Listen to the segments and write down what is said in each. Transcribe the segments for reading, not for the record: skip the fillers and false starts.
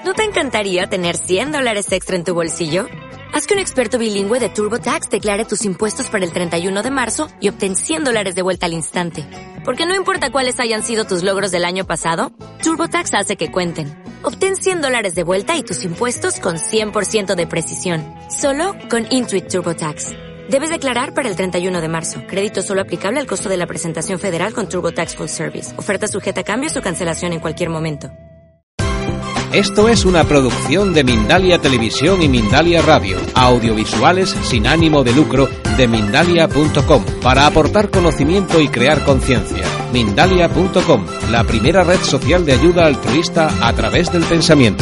¿No te encantaría tener $100 extra en tu bolsillo? Haz que un experto bilingüe de TurboTax declare tus impuestos para el 31 de marzo y obtén $100 de vuelta al instante. Porque no importa cuáles hayan sido tus logros del año pasado, TurboTax hace que cuenten. Obtén $100 de vuelta y tus impuestos con 100% de precisión. Solo con Intuit TurboTax. Debes declarar para el 31 de marzo. Crédito solo aplicable al costo de la presentación federal con TurboTax Full Service. Oferta sujeta a cambios o cancelación en cualquier momento. Esto es una producción de Mindalia Televisión y Mindalia Radio, audiovisuales sin ánimo de lucro de Mindalia.com, para aportar conocimiento y crear conciencia. Mindalia.com, la primera red social de ayuda altruista a través del pensamiento.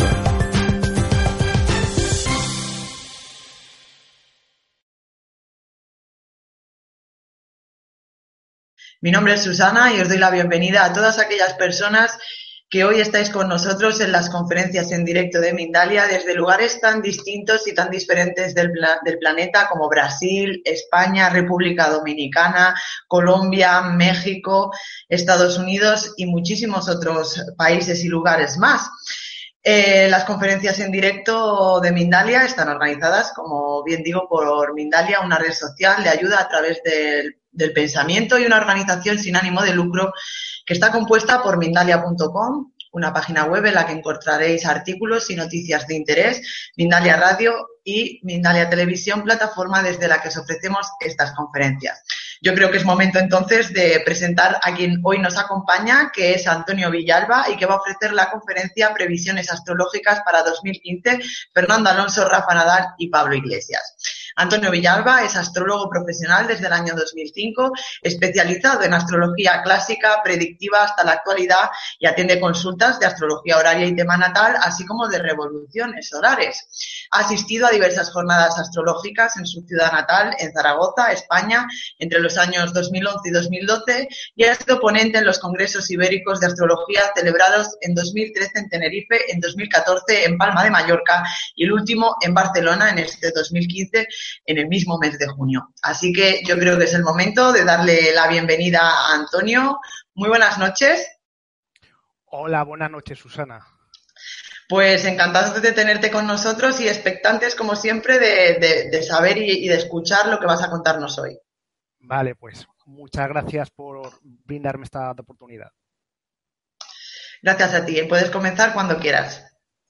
Mi nombre es Susana y os doy la bienvenida a todas aquellas personas que hoy estáis con nosotros en las conferencias en directo de Mindalia desde lugares tan distintos y tan diferentes del planeta como Brasil, España, República Dominicana, Colombia, México, Estados Unidos y muchísimos otros países y lugares más. Las conferencias en directo de Mindalia están organizadas, como bien digo, por Mindalia, una red social de ayuda a través del pensamiento y una organización sin ánimo de lucro que está compuesta por Mindalia.com, una página web en la que encontraréis artículos y noticias de interés, Mindalia Radio y Mindalia Televisión, plataforma desde la que os ofrecemos estas conferencias. Yo creo que es momento entonces de presentar a quien hoy nos acompaña, que es Antonio Villalba y que va a ofrecer la conferencia Previsiones Astrológicas para 2015, Fernando Alonso, Rafa Nadal y Pablo Iglesias. Antonio Villalba es astrólogo profesional desde el año 2005, especializado en astrología clásica, predictiva hasta la actualidad y atiende consultas de astrología horaria y tema natal, así como de revoluciones solares. Ha asistido a diversas jornadas astrológicas en su ciudad natal, en Zaragoza, España, entre los años 2011 y 2012 y ha sido ponente en los congresos ibéricos de astrología celebrados en 2013 en Tenerife, en 2014 en Palma de Mallorca y el último en Barcelona en este 2015 en el mismo mes de junio. Así que yo creo que es el momento de darle la bienvenida a Antonio. Muy buenas noches. Hola, buenas noches, Susana. Pues encantados de tenerte con nosotros y expectantes, como siempre, de saber y de escuchar lo que vas a contarnos hoy. Vale, pues muchas gracias por brindarme esta oportunidad. Gracias a ti. Puedes comenzar cuando quieras.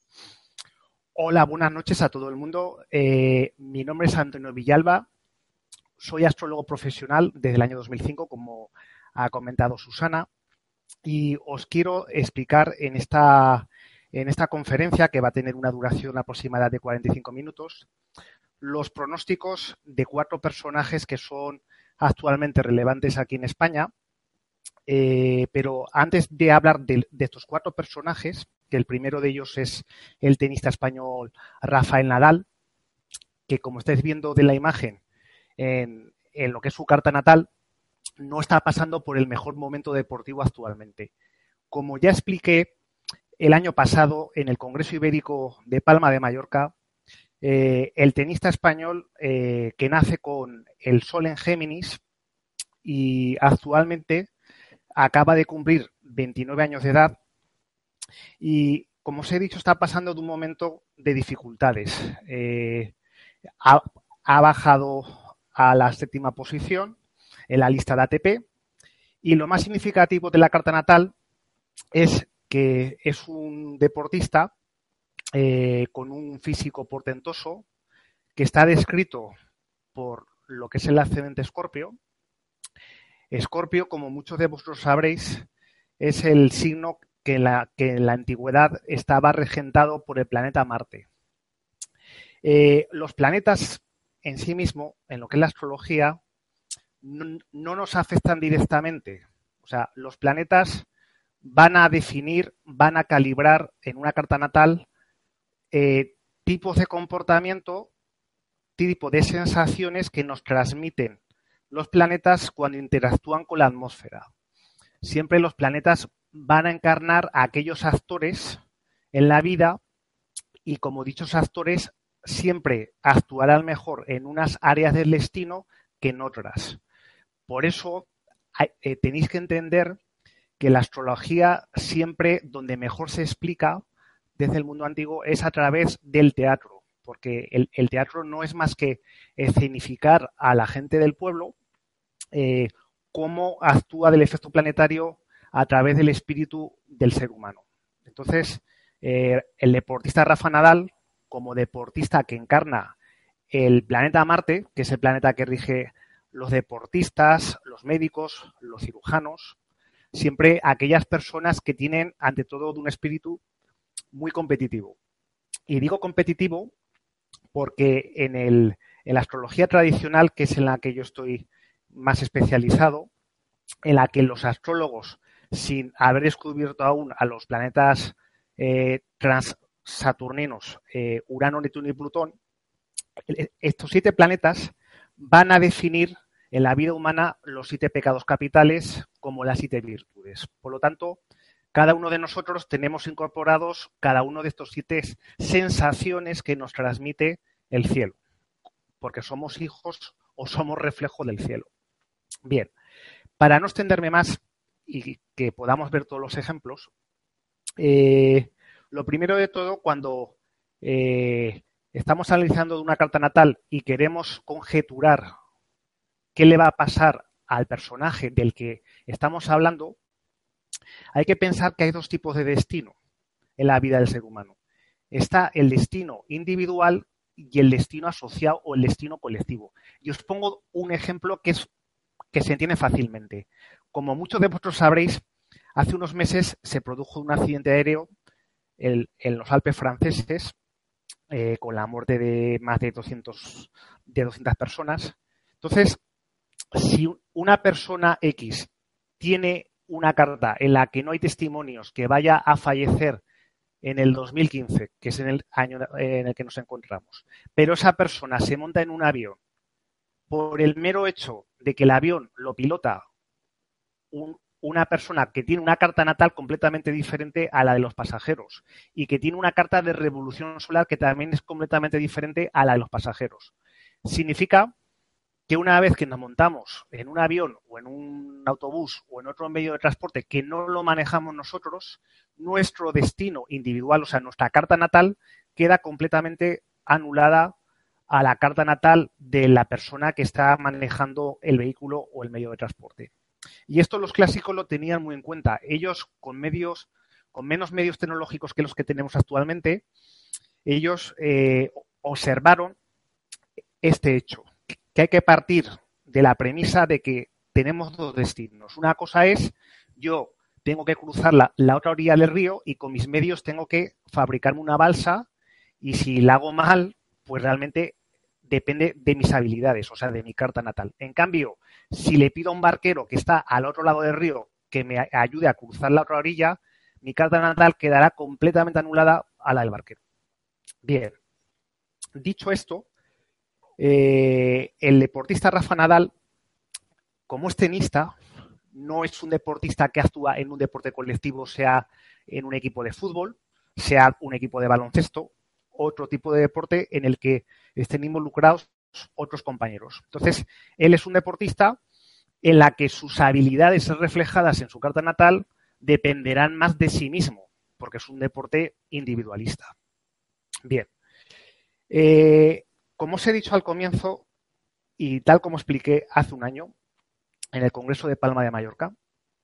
Hola, buenas noches a todo el mundo. Mi nombre es Antonio Villalba. Soy astrólogo profesional desde el año 2005, como ha comentado Susana, y os quiero explicar en esta conferencia, que va a tener una duración aproximada de 45 minutos, los pronósticos de 4 personajes que son actualmente relevantes aquí en España. Pero antes de hablar de estos 4 personajes, que el primero de ellos es el tenista español Rafael Nadal, que como estáis viendo de la imagen en lo que es su carta natal, no está pasando por el mejor momento deportivo actualmente. Como ya expliqué el año pasado en el Congreso Ibérico de Palma de Mallorca, el tenista español que nace con el Sol en Géminis y actualmente acaba de cumplir 29 años de edad y, como os he dicho, está pasando de un momento de dificultades. Ha bajado a la 7ª posición en la lista de ATP y lo más significativo de la carta natal es que es un deportista con un físico portentoso que está descrito por lo que es el ascendente Escorpio. Escorpio, como muchos de vosotros sabréis, es el signo que en la antigüedad estaba regentado por el planeta Marte. Los planetas en sí mismo, en lo que es la astrología, no nos afectan directamente. O sea, los planetas van a definir, van a calibrar en una carta natal tipos de comportamiento, tipo de sensaciones que nos transmiten los planetas cuando interactúan con la atmósfera. Siempre los planetas van a encarnar a aquellos actores en la vida y, como dichos actores, siempre actuarán mejor en unas áreas del destino que en otras. Por eso tenéis que entender que la astrología siempre donde mejor se explica desde el mundo antiguo es a través del teatro, porque el teatro no es más que escenificar a la gente del pueblo cómo actúa del efecto planetario a través del espíritu del ser humano. Entonces, el deportista Rafa Nadal, como deportista que encarna el planeta Marte, que es el planeta que rige los deportistas, los médicos, los cirujanos, siempre aquellas personas que tienen, ante todo, un espíritu muy competitivo. Y digo competitivo porque en la astrología tradicional, que es en la que yo estoy más especializado, en la que los astrólogos, sin haber descubierto aún a los planetas transsaturninos, Urano, Neptuno y Plutón, estos 7 planetas van a definir en la vida humana los 7 pecados capitales como las 7 virtudes. Por lo tanto, cada uno de nosotros tenemos incorporados cada uno de estos 7 sensaciones que nos transmite el cielo, porque somos hijos o somos reflejo del cielo. Bien, para no extenderme más y que podamos ver todos los ejemplos, lo primero de todo, cuando estamos analizando una carta natal y queremos conjeturar qué le va a pasar al personaje del que estamos hablando, hay que pensar que hay 2 tipos de destino en la vida del ser humano. Está el destino individual y el destino asociado o el destino colectivo. Y os pongo un ejemplo que se entiende fácilmente. Como muchos de vosotros sabréis, hace unos meses se produjo un accidente aéreo en los Alpes franceses con la muerte de más de 200 personas. Entonces, si una persona X tiene una carta en la que no hay testimonios que vaya a fallecer en el 2015, que es en el año en el que nos encontramos, pero esa persona se monta en un avión por el mero hecho de que el avión lo pilota una persona que tiene una carta natal completamente diferente a la de los pasajeros y que tiene una carta de revolución solar que también es completamente diferente a la de los pasajeros. Significa que una vez que nos montamos en un avión o en un autobús o en otro medio de transporte que no lo manejamos nosotros, nuestro destino individual, o sea, nuestra carta natal, queda completamente anulada a la carta natal de la persona que está manejando el vehículo o el medio de transporte. Y esto los clásicos lo tenían muy en cuenta. Ellos, con menos medios tecnológicos que los que tenemos actualmente, ellos observaron este hecho, que hay que partir de la premisa de que tenemos 2 destinos. Una cosa es, yo tengo que cruzar la otra orilla del río y con mis medios tengo que fabricarme una balsa y si la hago mal, pues realmente depende de mis habilidades, o sea, de mi carta natal. En cambio, si le pido a un barquero que está al otro lado del río que me ayude a cruzar la otra orilla, mi carta natal quedará completamente anulada a la del barquero. Bien, dicho esto, el deportista Rafa Nadal, como es tenista, no es un deportista que actúa en un deporte colectivo, sea en un equipo de fútbol, sea un equipo de baloncesto, otro tipo de deporte en el que estén involucrados otros compañeros. Entonces, él es un deportista en la que sus habilidades reflejadas en su carta natal dependerán más de sí mismo, porque es un deporte individualista. Bien. Como os he dicho al comienzo, y tal como expliqué hace un año en el Congreso de Palma de Mallorca,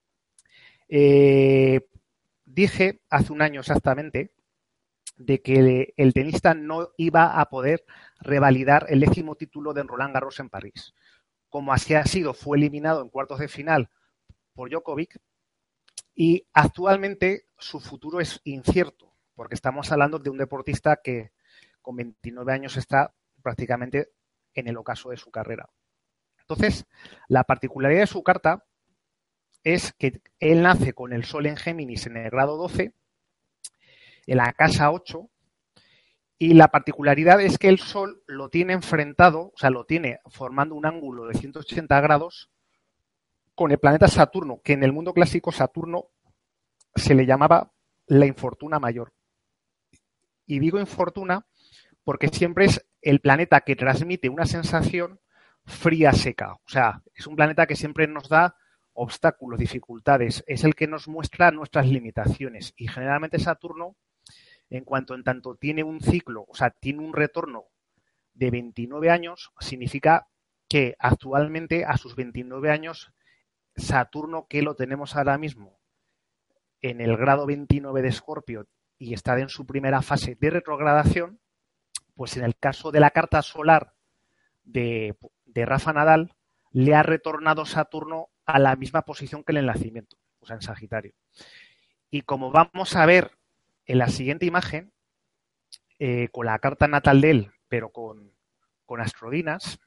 dije hace un año exactamente de que el tenista no iba a poder revalidar el 10º título de Roland Garros en París. Como así ha sido, fue eliminado en cuartos de final por Djokovic y actualmente su futuro es incierto, porque estamos hablando de un deportista que con 29 años está prácticamente en el ocaso de su carrera. Entonces, la particularidad de su carta es que él nace con el Sol en Géminis en el grado 12, en la casa 8, y la particularidad es que el Sol lo tiene enfrentado, o sea, lo tiene formando un ángulo de 180 grados con el planeta Saturno, que en el mundo clásico Saturno se le llamaba la infortuna mayor. Y digo infortuna porque siempre es el planeta que transmite una sensación fría, seca. O sea, es un planeta que siempre nos da obstáculos, dificultades. Es el que nos muestra nuestras limitaciones. Y generalmente Saturno en tanto tiene un ciclo, o sea, tiene un retorno de 29 años, significa que actualmente a sus 29 años Saturno, que lo tenemos ahora mismo en el grado 29 de Escorpio y está en su primera fase de retrogradación, pues en el caso de la carta solar de Rafa Nadal, le ha retornado Saturno a la misma posición que en el nacimiento, o sea, en Sagitario. Y como vamos a ver en la siguiente imagen, con la carta natal de él, pero con astrodinas,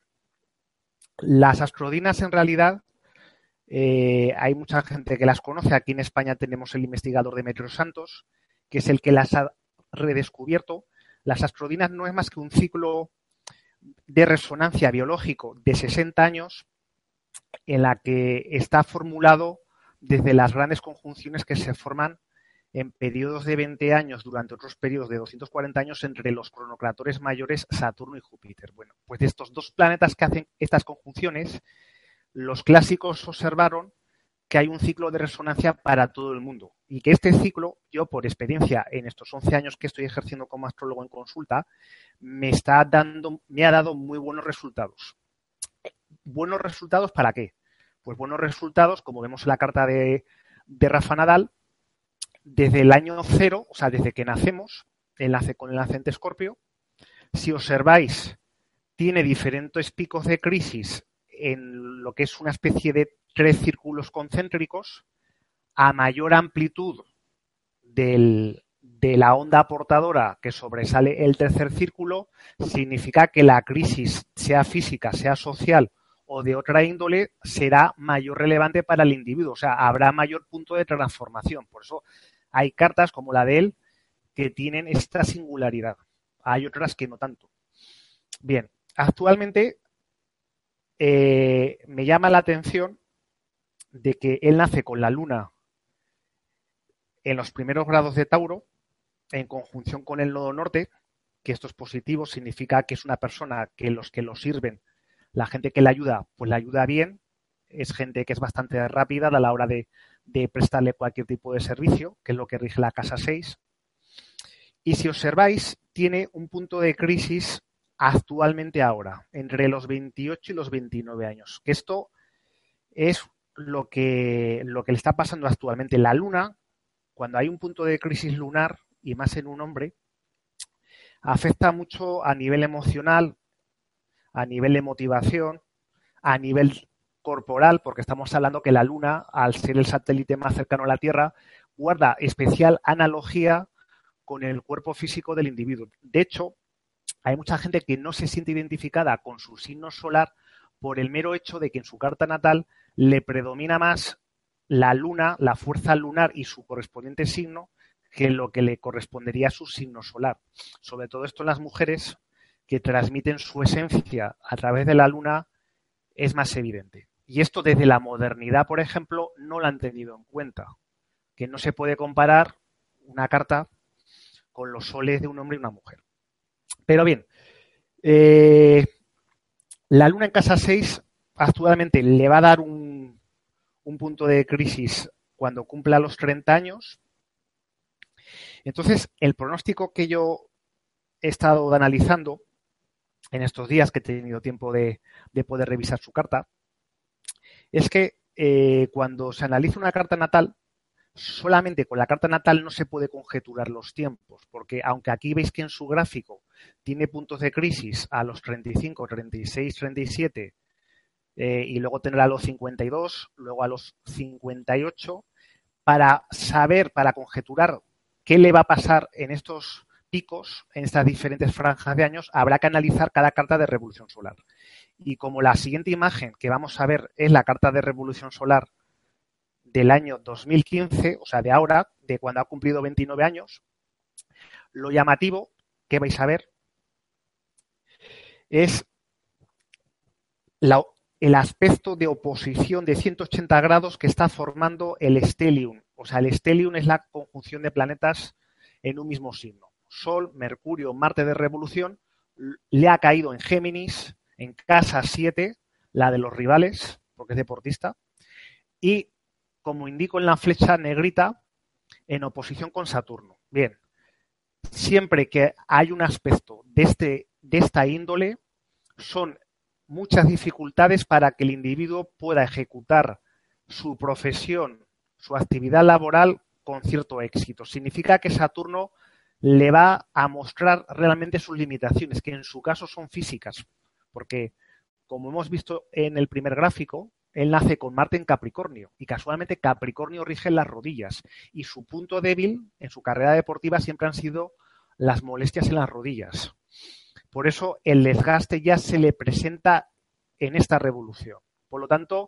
las astrodinas en realidad hay mucha gente que las conoce. Aquí en España tenemos el investigador Demetrio Santos, que es el que las ha redescubierto. Las astrodinas no es más que un ciclo de resonancia biológico de 60 años en la que está formulado desde las grandes conjunciones que se forman en periodos de 20 años durante otros periodos de 240 años entre los cronocratores mayores Saturno y Júpiter. Bueno, pues de estos dos planetas que hacen estas conjunciones, los clásicos observaron que hay un ciclo de resonancia para todo el mundo y que este ciclo, yo por experiencia en estos 11 años que estoy ejerciendo como astrólogo en consulta, me ha dado muy buenos resultados. ¿Buenos resultados para qué? Pues buenos resultados, como vemos en la carta de Rafa Nadal, desde el año 0, o sea, desde que nacemos, enlace con el ascendente Escorpio. Si observáis, tiene diferentes picos de crisis en lo que es una especie de 3 círculos concéntricos. A mayor amplitud de la onda aportadora que sobresale el tercer círculo, significa que la crisis, sea física, sea social o de otra índole, será mayor relevante para el individuo. O sea, habrá mayor punto de transformación. Por eso hay cartas como la de él que tienen esta singularidad. Hay otras que no tanto. Bien, actualmente me llama la atención de que él nace con la luna en los primeros grados de Tauro, en conjunción con el nodo norte, que esto es positivo, significa que es una persona que los que lo sirven, la gente que le ayuda, pues le ayuda bien, es gente que es bastante rápida a la hora de prestarle cualquier tipo de servicio, que es lo que rige la casa 6. Y si observáis, tiene un punto de crisis actualmente ahora, entre los 28 y los 29 años, que esto es lo que le está pasando actualmente. La luna, cuando hay un punto de crisis lunar, y más en un hombre, afecta mucho a nivel emocional, a nivel de motivación, a nivel corporal, porque estamos hablando que la luna, al ser el satélite más cercano a la Tierra, guarda especial analogía con el cuerpo físico del individuo. De hecho, hay mucha gente que no se siente identificada con su signo solar por el mero hecho de que en su carta natal le predomina más la luna, la fuerza lunar y su correspondiente signo que lo que le correspondería a su signo solar. Sobre todo esto en las mujeres que transmiten su esencia a través de la luna es más evidente. Y esto desde la modernidad, por ejemplo, no lo han tenido en cuenta. Que no se puede comparar una carta con los soles de un hombre y una mujer. Pero bien, la luna en casa 6 actualmente le va a dar un punto de crisis cuando cumpla los 30 años. Entonces, el pronóstico que yo he estado analizando en estos días que he tenido tiempo de poder revisar su carta, es que cuando se analiza una carta natal, solamente con la carta natal no se puede conjeturar los tiempos, porque aunque aquí veis que en su gráfico tiene puntos de crisis a los 35, 36, 37 y luego tendrá a los 52, luego a los 58, para saber, para conjeturar qué le va a pasar en estos picos, en estas diferentes franjas de años, habrá que analizar cada carta de revolución solar. Y como la siguiente imagen que vamos a ver es la carta de revolución solar del año 2015, o sea, de ahora, de cuando ha cumplido 29 años, lo llamativo que vais a ver es el aspecto de oposición de 180 grados que está formando el stellium. O sea, el stellium es la conjunción de planetas en un mismo signo. Sol, Mercurio, Marte de revolución, le ha caído en Géminis, en casa 7, la de los rivales, porque es deportista, y como indico en la flecha negrita, en oposición con Saturno. Bien, siempre que hay un aspecto de esta índole, son muchas dificultades para que el individuo pueda ejecutar su profesión, su actividad laboral con cierto éxito. Significa que Saturno le va a mostrar realmente sus limitaciones, que en su caso son físicas, porque como hemos visto en el primer gráfico, él nace con Marte en Capricornio y casualmente Capricornio rige las rodillas y su punto débil en su carrera deportiva siempre han sido las molestias en las rodillas. Por eso el desgaste ya se le presenta en esta revolución. Por lo tanto,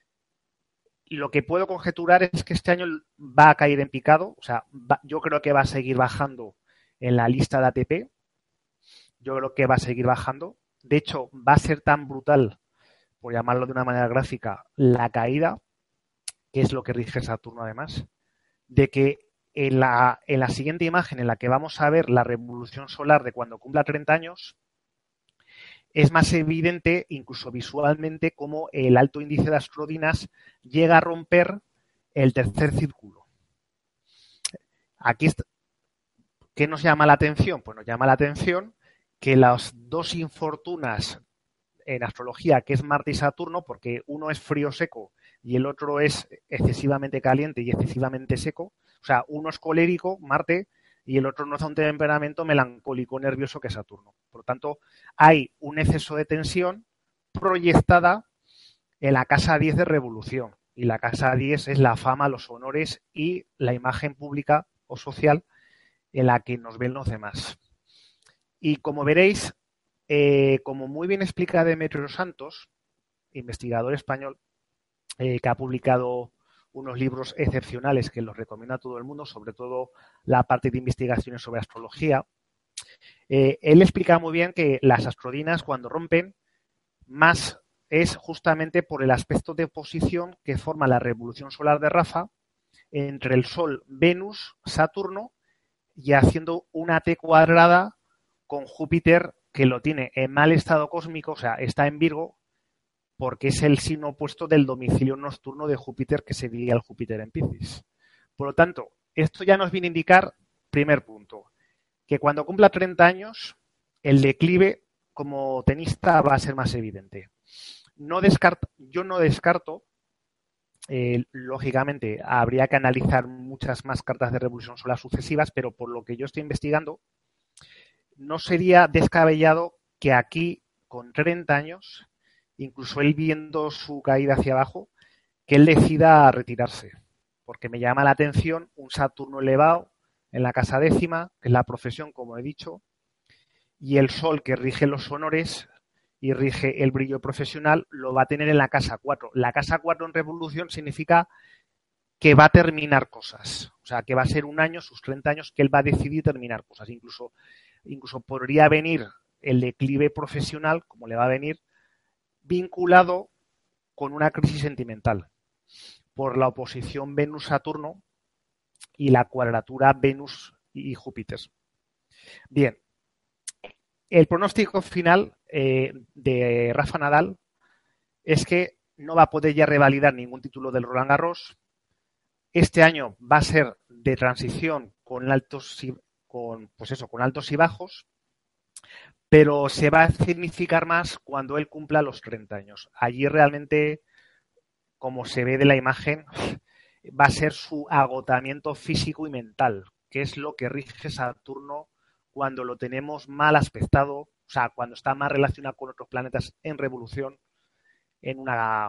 lo que puedo conjeturar es que este año va a caer en picado, o sea, yo creo que va a seguir bajando en la lista de ATP, yo creo que va a seguir bajando. De hecho, va a ser tan brutal, por llamarlo de una manera gráfica, la caída, que es lo que rige Saturno además, de que en la siguiente imagen en la que vamos a ver la revolución solar de cuando cumpla 30 años, es más evidente, incluso visualmente, cómo el alto índice de astrodinas llega a romper el tercer círculo. Aquí, ¿qué nos llama la atención? Pues nos llama la atención que las dos infortunas en astrología, que es Marte y Saturno, porque uno es frío seco y el otro es excesivamente caliente y excesivamente seco, o sea, uno es colérico, Marte, y el otro no es un temperamento melancólico, nervioso, que es Saturno. Por lo tanto, hay un exceso de tensión proyectada en la casa 10 de revolución. Y la casa 10 es la fama, los honores y la imagen pública o social en la que nos ven los demás. Y como veréis, como muy bien explica Demetrio Santos, investigador español, que ha publicado unos libros excepcionales que los recomiendo a todo el mundo, sobre todo la parte de investigaciones sobre astrología. Él explica muy bien que las astrodinas, cuando rompen, más es justamente por el aspecto de oposición que forma la revolución solar de Rafa entre el Sol, Venus, Saturno, y haciendo una T cuadrada con Júpiter, que lo tiene en mal estado cósmico, o sea, está en Virgo, porque es el signo opuesto del domicilio nocturno de Júpiter, que sería el Júpiter en Piscis. Por lo tanto, esto ya nos viene a indicar, primer punto, que cuando cumpla 30 años, el declive como tenista va a ser más evidente. Yo no descarto, lógicamente, habría que analizar muchas más cartas de revolución solar sucesivas, pero por lo que yo estoy investigando, no sería descabellado que aquí, con 30 años, incluso él viendo su caída hacia abajo, que él decida retirarse. Porque me llama la atención un Saturno elevado en la casa 10ª, que es la profesión, como he dicho, y el Sol, que rige los honores y rige el brillo profesional, lo va a tener en la casa 4. La casa 4 en revolución significa que va a terminar cosas. O sea, que va a ser un año, sus 30 años, que él va a decidir terminar cosas. Incluso podría venir el declive profesional, como le va a venir, vinculado con una crisis sentimental por la oposición Venus-Saturno y la cuadratura Venus y Júpiter. Bien, el pronóstico final de Rafa Nadal es que no va a poder ya revalidar ningún título del Roland Garros. Este año va a ser de transición con altos y bajos, pero se va a significar más cuando él cumpla los 30 años. Allí realmente, como se ve de la imagen, va a ser su agotamiento físico y mental, que es lo que rige Saturno cuando lo tenemos mal aspectado, o sea, cuando está más relacionado con otros planetas en revolución, en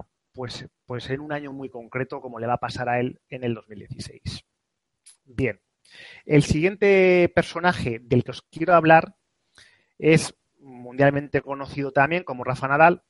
en un año muy concreto, como le va a pasar a él en el 2016. Bien, el siguiente personaje del que os quiero hablar es mundialmente conocido también como Rafa Nadal.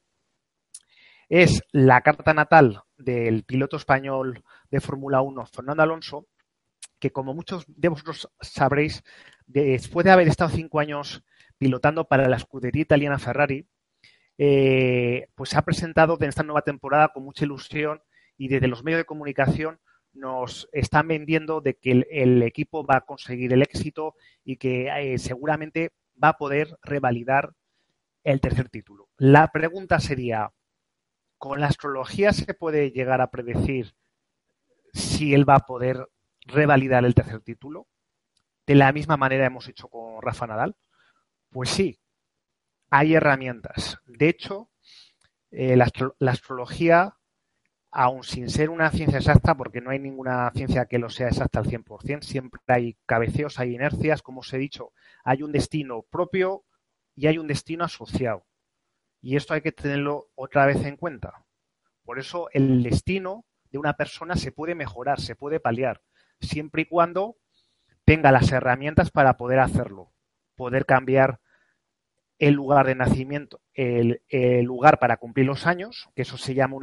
Es la carta natal del piloto español de Fórmula 1, Fernando Alonso, que como muchos de vosotros sabréis, después de haber estado 5 años pilotando para la escudería italiana Ferrari, pues se ha presentado en esta nueva temporada con mucha ilusión y desde los medios de comunicación nos están vendiendo de que el equipo va a conseguir el éxito y que seguramente va a poder revalidar el tercer título. La pregunta sería, ¿con la astrología se puede llegar a predecir si él va a poder revalidar el tercer título? de la misma manera hemos hecho con Rafa Nadal? Pues sí, hay herramientas. De hecho, la astrología, aun sin ser una ciencia exacta, porque no hay ninguna ciencia que lo sea exacta al 100%, siempre hay cabeceos, hay inercias, como os he dicho, hay un destino propio y hay un destino asociado. Y esto hay que tenerlo otra vez en cuenta. Por eso el destino de una persona se puede mejorar, se puede paliar, siempre y cuando tenga las herramientas para poder hacerlo, poder cambiar el lugar de nacimiento, el lugar para cumplir los años, que eso se llama una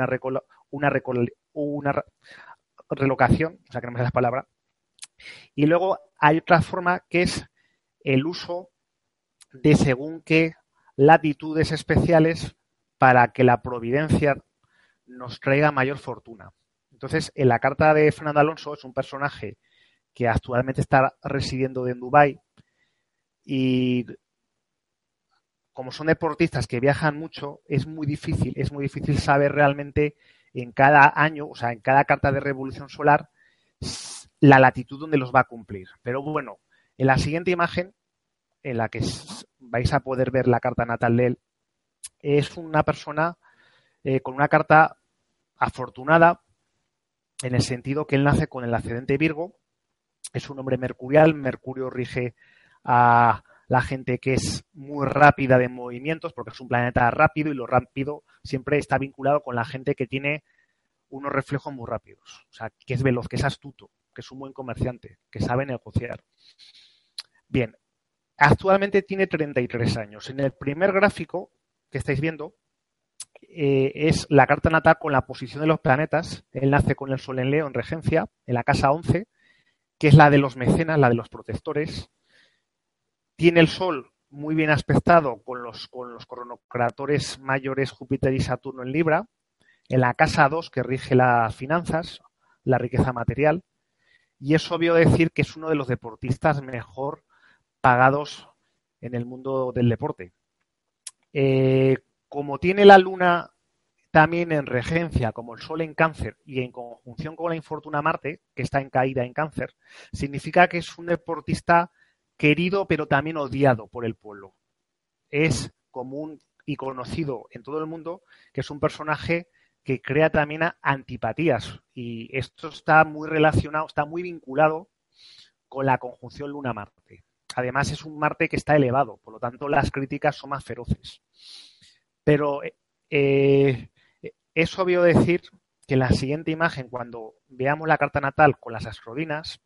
relocación, o sea que no me da la palabra. Y luego hay otra forma que es el uso de según qué latitudes especiales para que la providencia nos traiga mayor fortuna. Entonces, en la carta de Fernando Alonso es un personaje que actualmente está residiendo en Dubái y como son deportistas que viajan mucho, es muy difícil saber realmente en cada año, o sea, en cada carta de revolución solar, la latitud donde los va a cumplir. Pero bueno, en la siguiente imagen, en la que vais a poder ver la carta natal de él, es una persona con una carta afortunada, en el sentido que él nace con el ascendente Virgo, es un hombre mercurial, Mercurio rige a la gente que es muy rápida de movimientos, porque es un planeta rápido y lo rápido siempre está vinculado con la gente que tiene unos reflejos muy rápidos, o sea, que es veloz, que es astuto, que es un buen comerciante, que sabe negociar. Bien, actualmente tiene 33 años. En el primer gráfico que estáis viendo es la carta natal con la posición de los planetas. Él nace con el Sol en Leo, en regencia, en la casa 11, que es la de los mecenas, la de los protectores. Tiene el Sol muy bien aspectado con los cronocratores mayores Júpiter y Saturno en Libra, en la casa 2 que rige las finanzas, la riqueza material, y es obvio decir que es uno de los deportistas mejor pagados en el mundo del deporte. Como tiene la Luna también en regencia, como el Sol en Cáncer y en conjunción con la infortuna Marte, que está en caída en Cáncer, significa que es un deportista querido pero también odiado por el pueblo. Es común y conocido en todo el mundo que es un personaje que crea también antipatías y esto está muy relacionado, está muy vinculado con la conjunción Luna-Marte. Además es un Marte que está elevado, por lo tanto las críticas son más feroces. Pero es obvio decir que en la siguiente imagen, cuando veamos la carta natal con las astrodinas,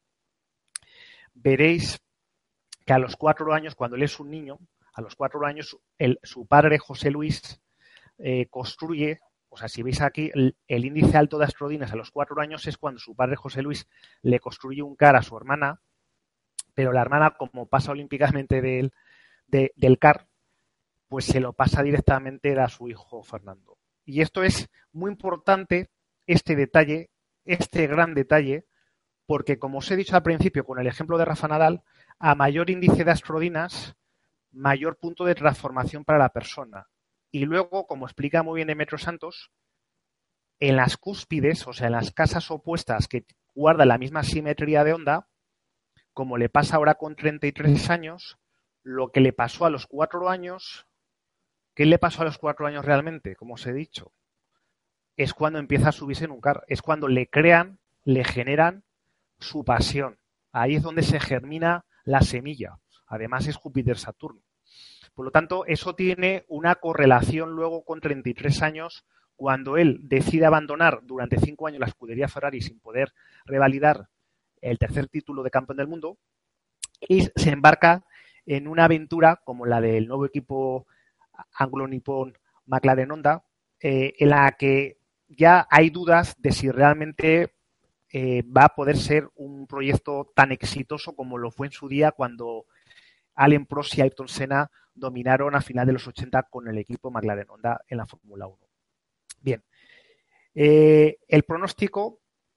veréis que a los 4 años, cuando él es un niño, a los 4 años, su padre José Luis construye, o sea, si veis aquí, el índice alto de astrodinas a los 4 años es cuando su padre José Luis le construye un CAR a su hermana, pero la hermana, como pasa olímpicamente del CAR, pues se lo pasa directamente a su hijo Fernando. Y esto es muy importante, este detalle, este gran detalle, porque como os he dicho al principio con el ejemplo de Rafa Nadal, a mayor índice de astrodinas, mayor punto de transformación para la persona. Y luego, como explica muy bien Demetrio Santos, en las cúspides, o sea, en las casas opuestas que guardan la misma simetría de onda, como le pasa ahora con 33 años, lo que le pasó a los 4 años, ¿qué le pasó a los 4 años realmente? Como os he dicho, es cuando empieza a subirse en un CAR, es cuando le crean, le generan su pasión. Ahí es donde se germina la semilla. Además es Júpiter-Saturno. Por lo tanto, eso tiene una correlación luego con 33 años, cuando él decide abandonar durante 5 años la escudería Ferrari sin poder revalidar el tercer título de campeón del mundo y se embarca en una aventura como la del nuevo equipo Anglo-Nippon McLaren Honda, en la que ya hay dudas de si realmente va a poder ser un proyecto tan exitoso como lo fue en su día cuando Alain Prost y Ayrton Senna dominaron a final de los 80 con el equipo McLaren Honda en la Fórmula 1. Bien, el pronóstico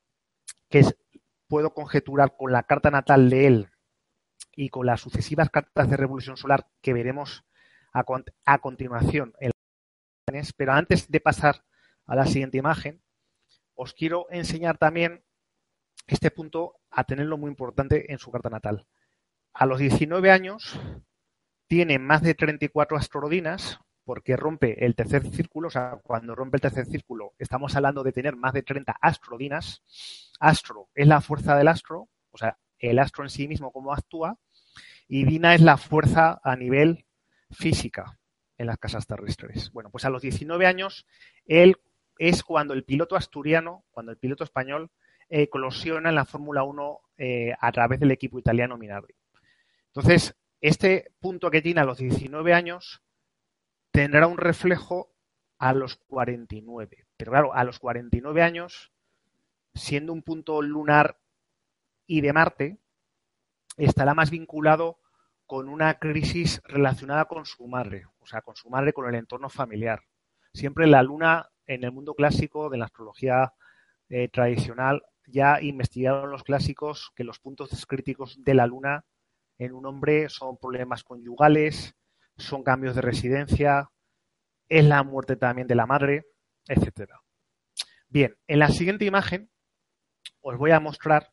puedo conjeturar con la carta natal de él y con las sucesivas cartas de revolución solar que veremos a continuación. Pero antes de pasar a la siguiente imagen, os quiero enseñar también este punto a tenerlo muy importante en su carta natal. a los 19 años tiene más de 34 astrodinas porque rompe el tercer círculo. O sea, cuando rompe el tercer círculo estamos hablando de tener más de 30 astrodinas. Astro es la fuerza del astro, o sea, el astro en sí mismo cómo actúa, y dina es la fuerza a nivel física en las casas terrestres. Bueno, pues a los 19 años él es cuando el piloto asturiano, cuando el piloto español eclosiona en la Fórmula 1 a través del equipo italiano Minardi. Entonces, este punto que tiene a los 19 años tendrá un reflejo a los 49. Pero claro, a los 49 años, siendo un punto lunar y de Marte, estará más vinculado con una crisis relacionada con su madre, o sea, con su madre, con el entorno familiar. Siempre la luna, en el mundo clásico de la astrología tradicional, ya investigaron los clásicos que los puntos críticos de la luna en un hombre son problemas conyugales, son cambios de residencia, es la muerte también de la madre, etcétera. Bien, en la siguiente imagen os voy a mostrar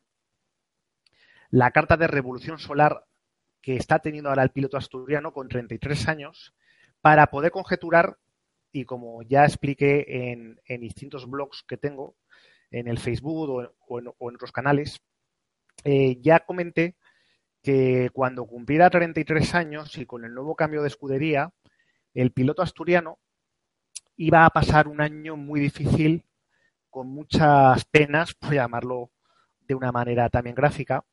la carta de revolución solar que está teniendo ahora el piloto asturiano con 33 años para poder conjeturar, y como ya expliqué en distintos blogs que tengo, en el Facebook o en otros canales, ya comenté que cuando cumpliera 33 años y con el nuevo cambio de escudería, el piloto asturiano iba a pasar un año muy difícil, con muchas penas, por llamarlo de una manera también gráfica,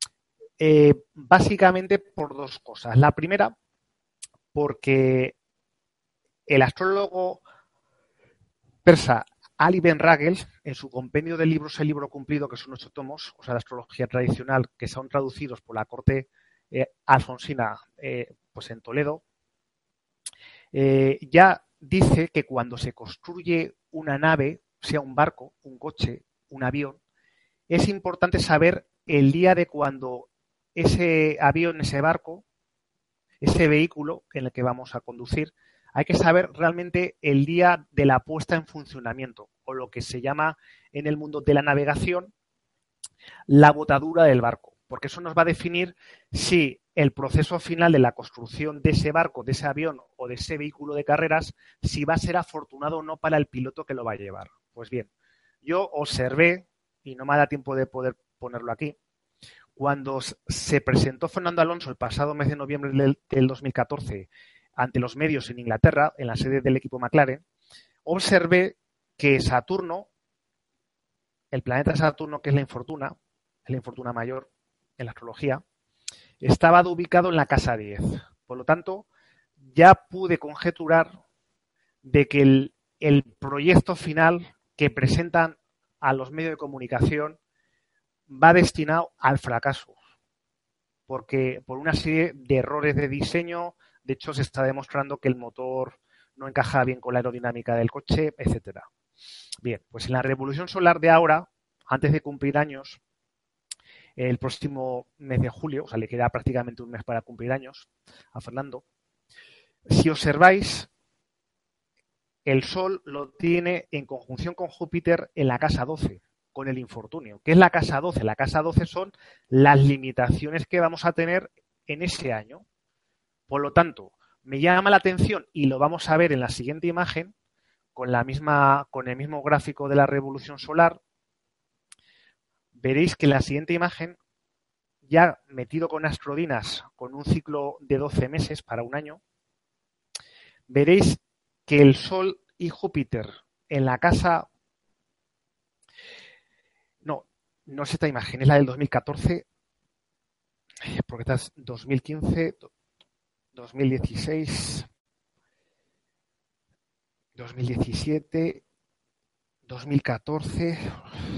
básicamente por dos cosas. La primera, porque el astrólogo persa Ali Ben Ragel, en su compendio de libros El libro cumplido, que son 8 tomos, o sea, la astrología tradicional, que son traducidos por la corte alfonsina pues en Toledo, ya dice que cuando se construye una nave, sea un barco, un coche, un avión, es importante saber el día de cuando ese avión, ese barco, ese vehículo en el que vamos a conducir, hay que saber realmente el día de la puesta en funcionamiento, o lo que se llama en el mundo de la navegación la botadura del barco, porque eso nos va a definir si el proceso final de la construcción de ese barco, de ese avión o de ese vehículo de carreras, si va a ser afortunado o no para el piloto que lo va a llevar. Pues bien, yo observé, y no me da tiempo de poder ponerlo aquí, cuando se presentó Fernando Alonso el pasado mes de noviembre del 2014 ante los medios en Inglaterra, en la sede del equipo McLaren, observé que Saturno, el planeta Saturno, que es la infortuna mayor en la astrología, estaba ubicado en la casa 10. Por lo tanto, ya pude conjeturar de que el proyecto final que presentan a los medios de comunicación va destinado al fracaso, porque por una serie de errores de diseño. De hecho, se está demostrando que el motor no encaja bien con la aerodinámica del coche, etcétera. Bien, pues en la revolución solar de ahora, antes de cumplir años, el próximo mes de julio, o sea, le queda prácticamente un mes para cumplir años a Fernando, si observáis, el Sol lo tiene en conjunción con Júpiter en la casa 12, con el infortunio. ¿Qué es la casa 12? La casa 12 son las limitaciones que vamos a tener en ese año. Por lo tanto, me llama la atención, y lo vamos a ver en la siguiente imagen, con el mismo gráfico de la revolución solar. Veréis que en la siguiente imagen, ya metido con astrodinas, con un ciclo de 12 meses para un año, veréis que el Sol y Júpiter en la casa... No es esta imagen, es la del 2014, porque esta es 2015... 2016, 2017, 2014.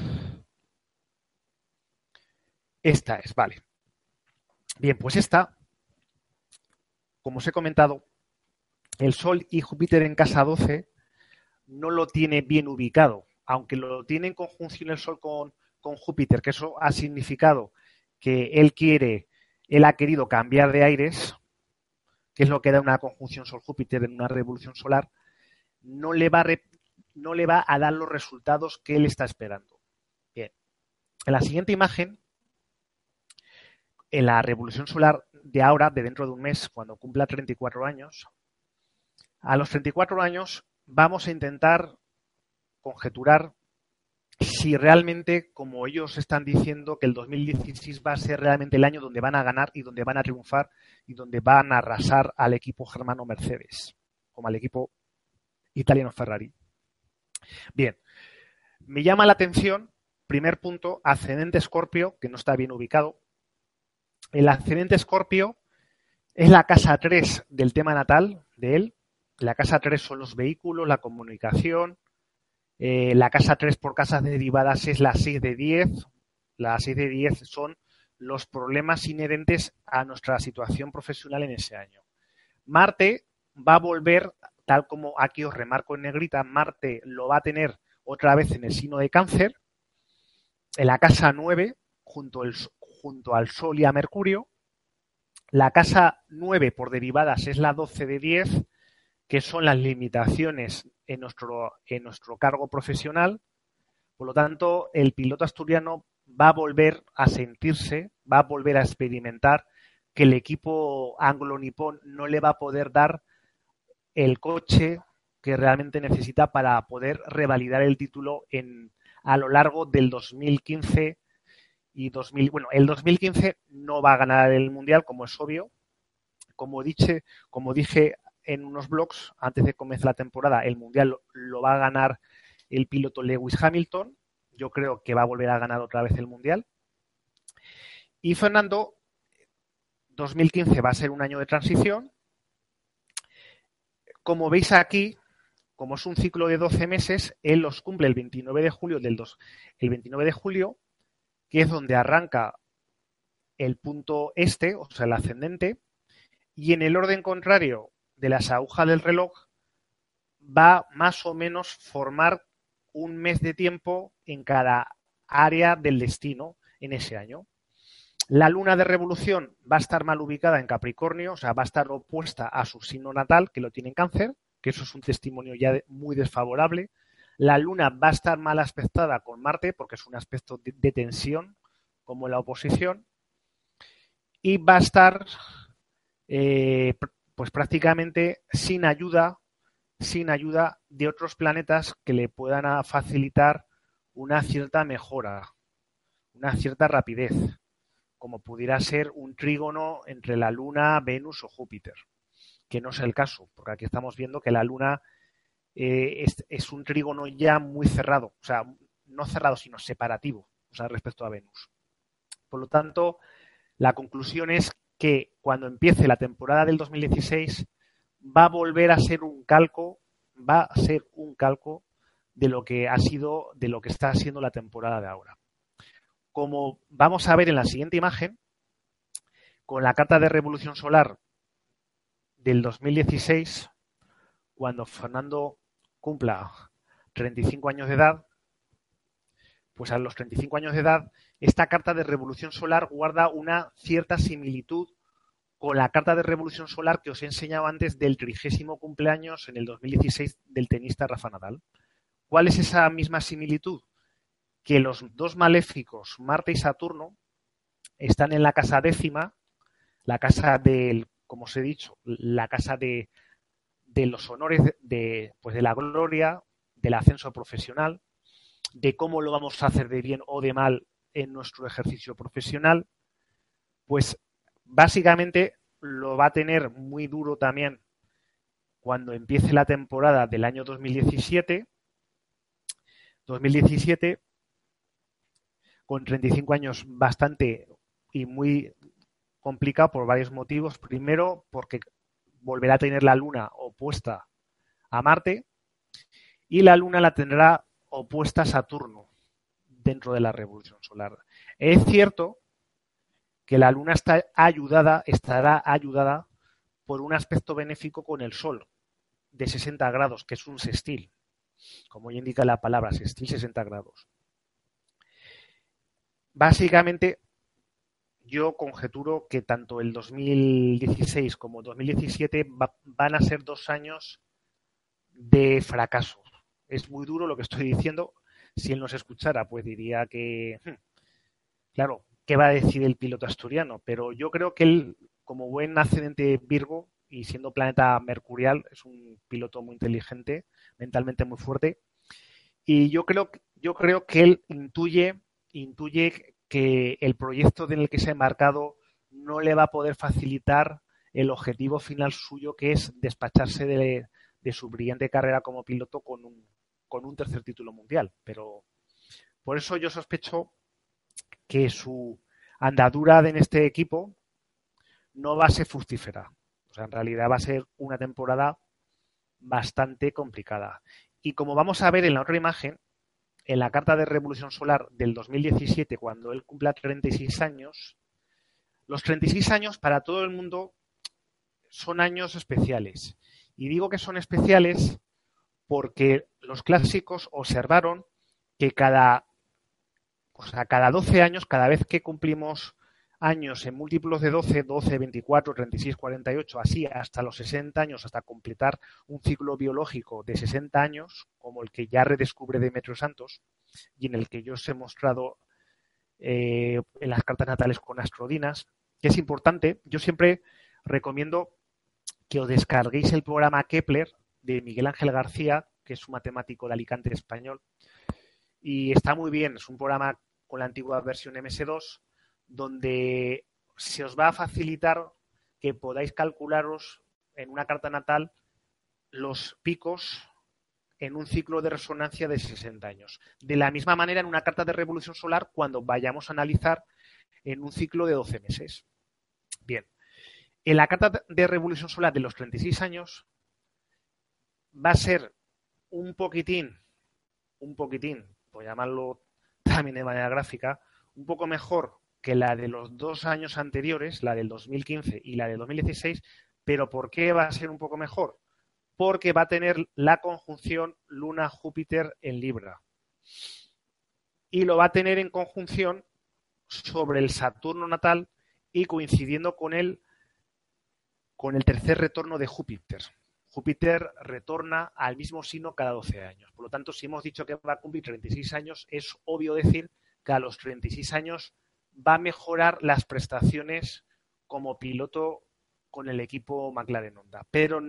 Esta es, vale. Bien, pues esta, como os he comentado, el Sol y Júpiter en casa 12 no lo tiene bien ubicado, aunque lo tiene en conjunción el Sol con Júpiter, que eso ha significado que él ha querido cambiar de aires, que es lo que da una conjunción Sol-Júpiter en una revolución solar, no le va a dar los resultados que él está esperando. Bien. En la siguiente imagen en la revolución solar de ahora, de dentro de un mes, cuando cumpla 34 años, a los 34 años vamos a intentar conjeturar si realmente, como ellos están diciendo, que el 2016 va a ser realmente el año donde van a ganar y donde van a triunfar y donde van a arrasar al equipo germano Mercedes, como al equipo italiano Ferrari. Bien, me llama la atención, primer punto, ascendente Escorpio, que no está bien ubicado. El ascendente Escorpio es la casa 3 del tema natal de él. La casa 3 son los vehículos, la comunicación. La casa 3 por casas derivadas es la 6 de 10. La 6 de 10 son los problemas inherentes a nuestra situación profesional en ese año. Marte va a volver, tal como aquí os remarco en negrita, Marte lo va a tener otra vez en el signo de Cáncer, en la casa 9, junto al Sol y a Mercurio. La casa 9 por derivadas es la 12 de 10, que son las limitaciones en nuestro cargo profesional. Por lo tanto, el piloto asturiano va a volver a sentirse, va a volver a experimentar que el equipo anglo-nipón no le va a poder dar el coche que realmente necesita para poder revalidar el título a lo largo del 2015 y 2000. Bueno, el 2015 no va a ganar el Mundial, como es obvio. Como dije en unos blogs antes de comenzar la temporada, el Mundial lo va a ganar el piloto Lewis Hamilton. Yo creo que va a volver a ganar otra vez el Mundial. Y Fernando, 2015 va a ser un año de transición. Como veis aquí, como es un ciclo de 12 meses, él los cumple el 29 de julio el 29 de julio, que es donde arranca el punto este, o sea, el ascendente, y en el orden contrario de las agujas del reloj va más o menos formar un mes de tiempo en cada área del destino en ese año. La luna de revolución va a estar mal ubicada en Capricornio, o sea, va a estar opuesta a su signo natal, que lo tiene en Cáncer, que eso es un testimonio ya muy desfavorable. La luna va a estar mal aspectada con Marte, porque es un aspecto de tensión, como en la oposición, y va a estar pues prácticamente sin ayuda de otros planetas que le puedan facilitar una cierta mejora, una cierta rapidez, como pudiera ser un trígono entre la Luna, Venus o Júpiter, que no es el caso, porque aquí estamos viendo que la Luna es un trígono ya muy cerrado, o sea, no cerrado, sino separativo, o sea, respecto a Venus. Por lo tanto, la conclusión es que cuando empiece la temporada del 2016 va a volver a ser un calco, de lo que está siendo la temporada de ahora. Como vamos a ver en la siguiente imagen, con la carta de revolución solar del 2016, cuando Fernando cumpla 35 años de edad, pues a los 35 años de edad, esta carta de revolución solar guarda una cierta similitud con la carta de revolución solar que os he enseñado antes del 30º cumpleaños en el 2016 del tenista Rafa Nadal. ¿Cuál es esa misma similitud? Que los dos maléficos, Marte y Saturno, están en la casa 10ª, la casa del, como os he dicho, la casa de los honores, de la gloria, del ascenso profesional, de cómo lo vamos a hacer de bien o de mal en nuestro ejercicio profesional. Pues básicamente lo va a tener muy duro también cuando empiece la temporada del año 2017, con 35 años bastante y muy complicado por varios motivos. Primero, porque volverá a tener la Luna opuesta a Marte y la Luna la tendrá opuesta a Saturno dentro de la revolución solar. Es cierto que la Luna estará ayudada por un aspecto benéfico con el Sol de 60 grados, que es un sextil, como ya indica la palabra, sextil 60 grados. Básicamente, yo conjeturo que tanto el 2016 como el 2017 van a ser 2 años de fracaso. Es muy duro lo que estoy diciendo. Si él nos escuchara, pues diría que, claro, qué va a decir el piloto asturiano, pero yo creo que él, como buen ascendente Virgo y siendo planeta mercurial, es un piloto muy inteligente, mentalmente muy fuerte, y yo creo que él intuye que el proyecto en el que se ha embarcado no le va a poder facilitar el objetivo final suyo, que es despacharse de su brillante carrera como piloto con un tercer título mundial. Pero por eso yo sospecho que su andadura en este equipo no va a ser fructífera. O sea, en realidad va a ser una temporada bastante complicada. Y como vamos a ver en la otra imagen, en la carta de Revolución Solar del 2017, cuando él cumpla 36 años, los 36 años para todo el mundo son años especiales. Y digo que son especiales porque los clásicos observaron que cada 12 años, cada vez que cumplimos años en múltiplos de 12, 24, 36, 48, así hasta los 60 años, hasta completar un ciclo biológico de 60 años, como el que ya redescubre Demetrio Santos y en el que yo os he mostrado en las cartas natales con astrodinas, que es importante. Yo siempre recomiendo que os descarguéis el programa Kepler de Miguel Ángel García, que es un matemático de Alicante español, y está muy bien, es un programa con la antigua versión MS2, donde se os va a facilitar que podáis calcularos en una carta natal los picos en un ciclo de resonancia de 60 años. De la misma manera, en una carta de revolución solar, cuando vayamos a analizar en un ciclo de 12 meses. Bien, en la carta de revolución solar de los 36 años va a ser un poquitín, por llamarlo también de manera gráfica, un poco mejor que la de los 2 años anteriores, la del 2015 y la del 2016, pero ¿por qué va a ser un poco mejor? Porque va a tener la conjunción Luna-Júpiter en Libra. Y lo va a tener en conjunción sobre el Saturno natal y coincidiendo con el tercer retorno de Júpiter. Júpiter retorna al mismo signo cada 12 años. Por lo tanto, si hemos dicho que va a cumplir 36 años, es obvio decir que a los 36 años va a mejorar las prestaciones como piloto con el equipo McLaren Honda. Pero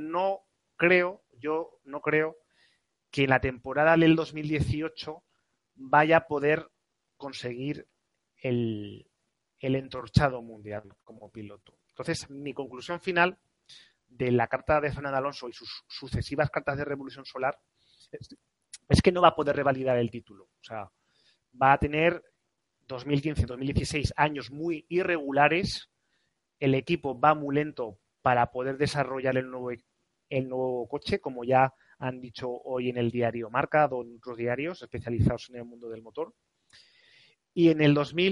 yo no creo que en la temporada del 2018 vaya a poder conseguir el entorchado mundial como piloto. Entonces, mi conclusión final de la carta de Fernando Alonso y sus sucesivas cartas de revolución solar es que no va a poder revalidar el título. O sea, va a tener 2015, 2016 años muy irregulares, el equipo va muy lento para poder desarrollar el nuevo coche, como ya han dicho hoy en el diario Marca o en otros diarios especializados en el mundo del motor. Y en el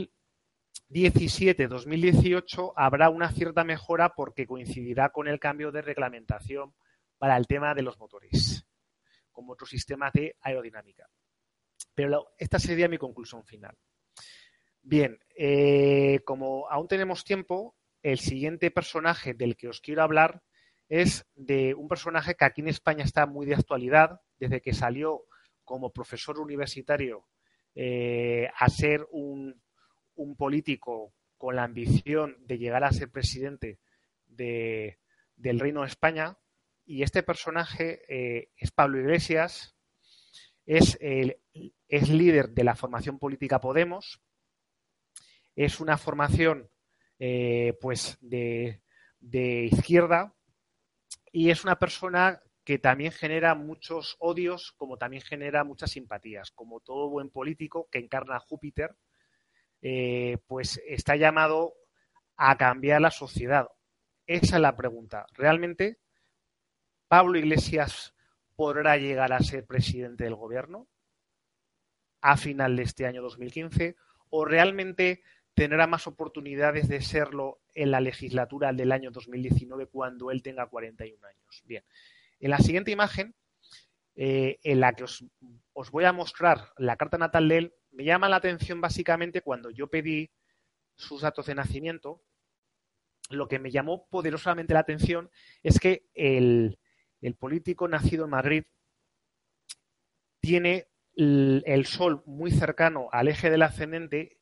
2017-2018 habrá una cierta mejora porque coincidirá con el cambio de reglamentación para el tema de los motores, como otros sistemas de aerodinámica. Pero esta sería mi conclusión final. Bien, como aún tenemos tiempo, el siguiente personaje del que os quiero hablar es de un personaje que aquí en España está muy de actualidad, desde que salió como profesor universitario a ser un político con la ambición de llegar a ser presidente del Reino de España. Y este personaje es Pablo Iglesias, es líder de la formación política Podemos. Es una formación pues de izquierda y es una persona que también genera muchos odios, como también genera muchas simpatías. Como todo buen político que encarna a Júpiter, pues está llamado a cambiar la sociedad. Esa es la pregunta. ¿Realmente Pablo Iglesias podrá llegar a ser presidente del gobierno a final de este año 2015? ¿O realmente tendrá más oportunidades de serlo en la legislatura del año 2019 cuando él tenga 41 años? Bien, en la siguiente imagen, en la que os voy a mostrar la carta natal de él, me llama la atención básicamente cuando yo pedí sus datos de nacimiento. Lo que me llamó poderosamente la atención es que el político nacido en Madrid tiene el Sol muy cercano al eje del ascendente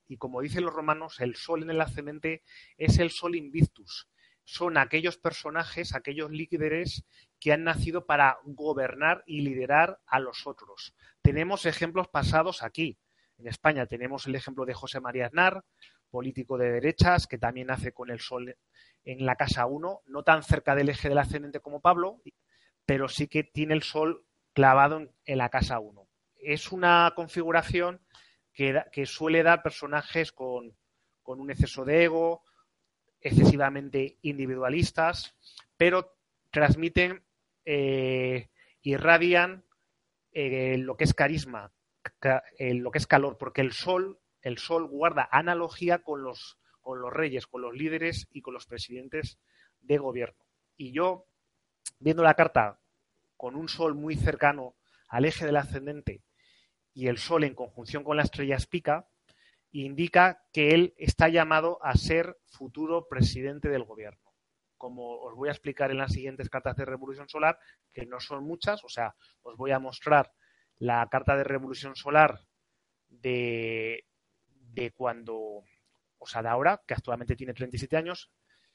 Y como dicen los romanos, el sol en el ascendente es el sol invictus. Son aquellos personajes, aquellos líderes que han nacido para gobernar y liderar a los otros. Tenemos ejemplos pasados aquí. En España tenemos el ejemplo de José María Aznar, político de derechas, que también nace con el sol en la casa 1, no tan cerca del eje del ascendente como Pablo, pero sí que tiene el sol clavado en la casa 1. Es una configuración que suele dar personajes con un exceso de ego, excesivamente individualistas, pero transmiten, irradian lo que es carisma, lo que es calor, porque el sol guarda analogía con los reyes, con los líderes y con los presidentes de gobierno. Y yo, viendo la carta con un sol muy cercano al eje del ascendente y el sol en conjunción con la estrella Spica, indica que él está llamado a ser futuro presidente del gobierno. Como os voy a explicar en las siguientes cartas de revolución solar, que no son muchas, o sea, os voy a mostrar la carta de revolución solar de cuando, o sea, de ahora, que actualmente tiene 37 años,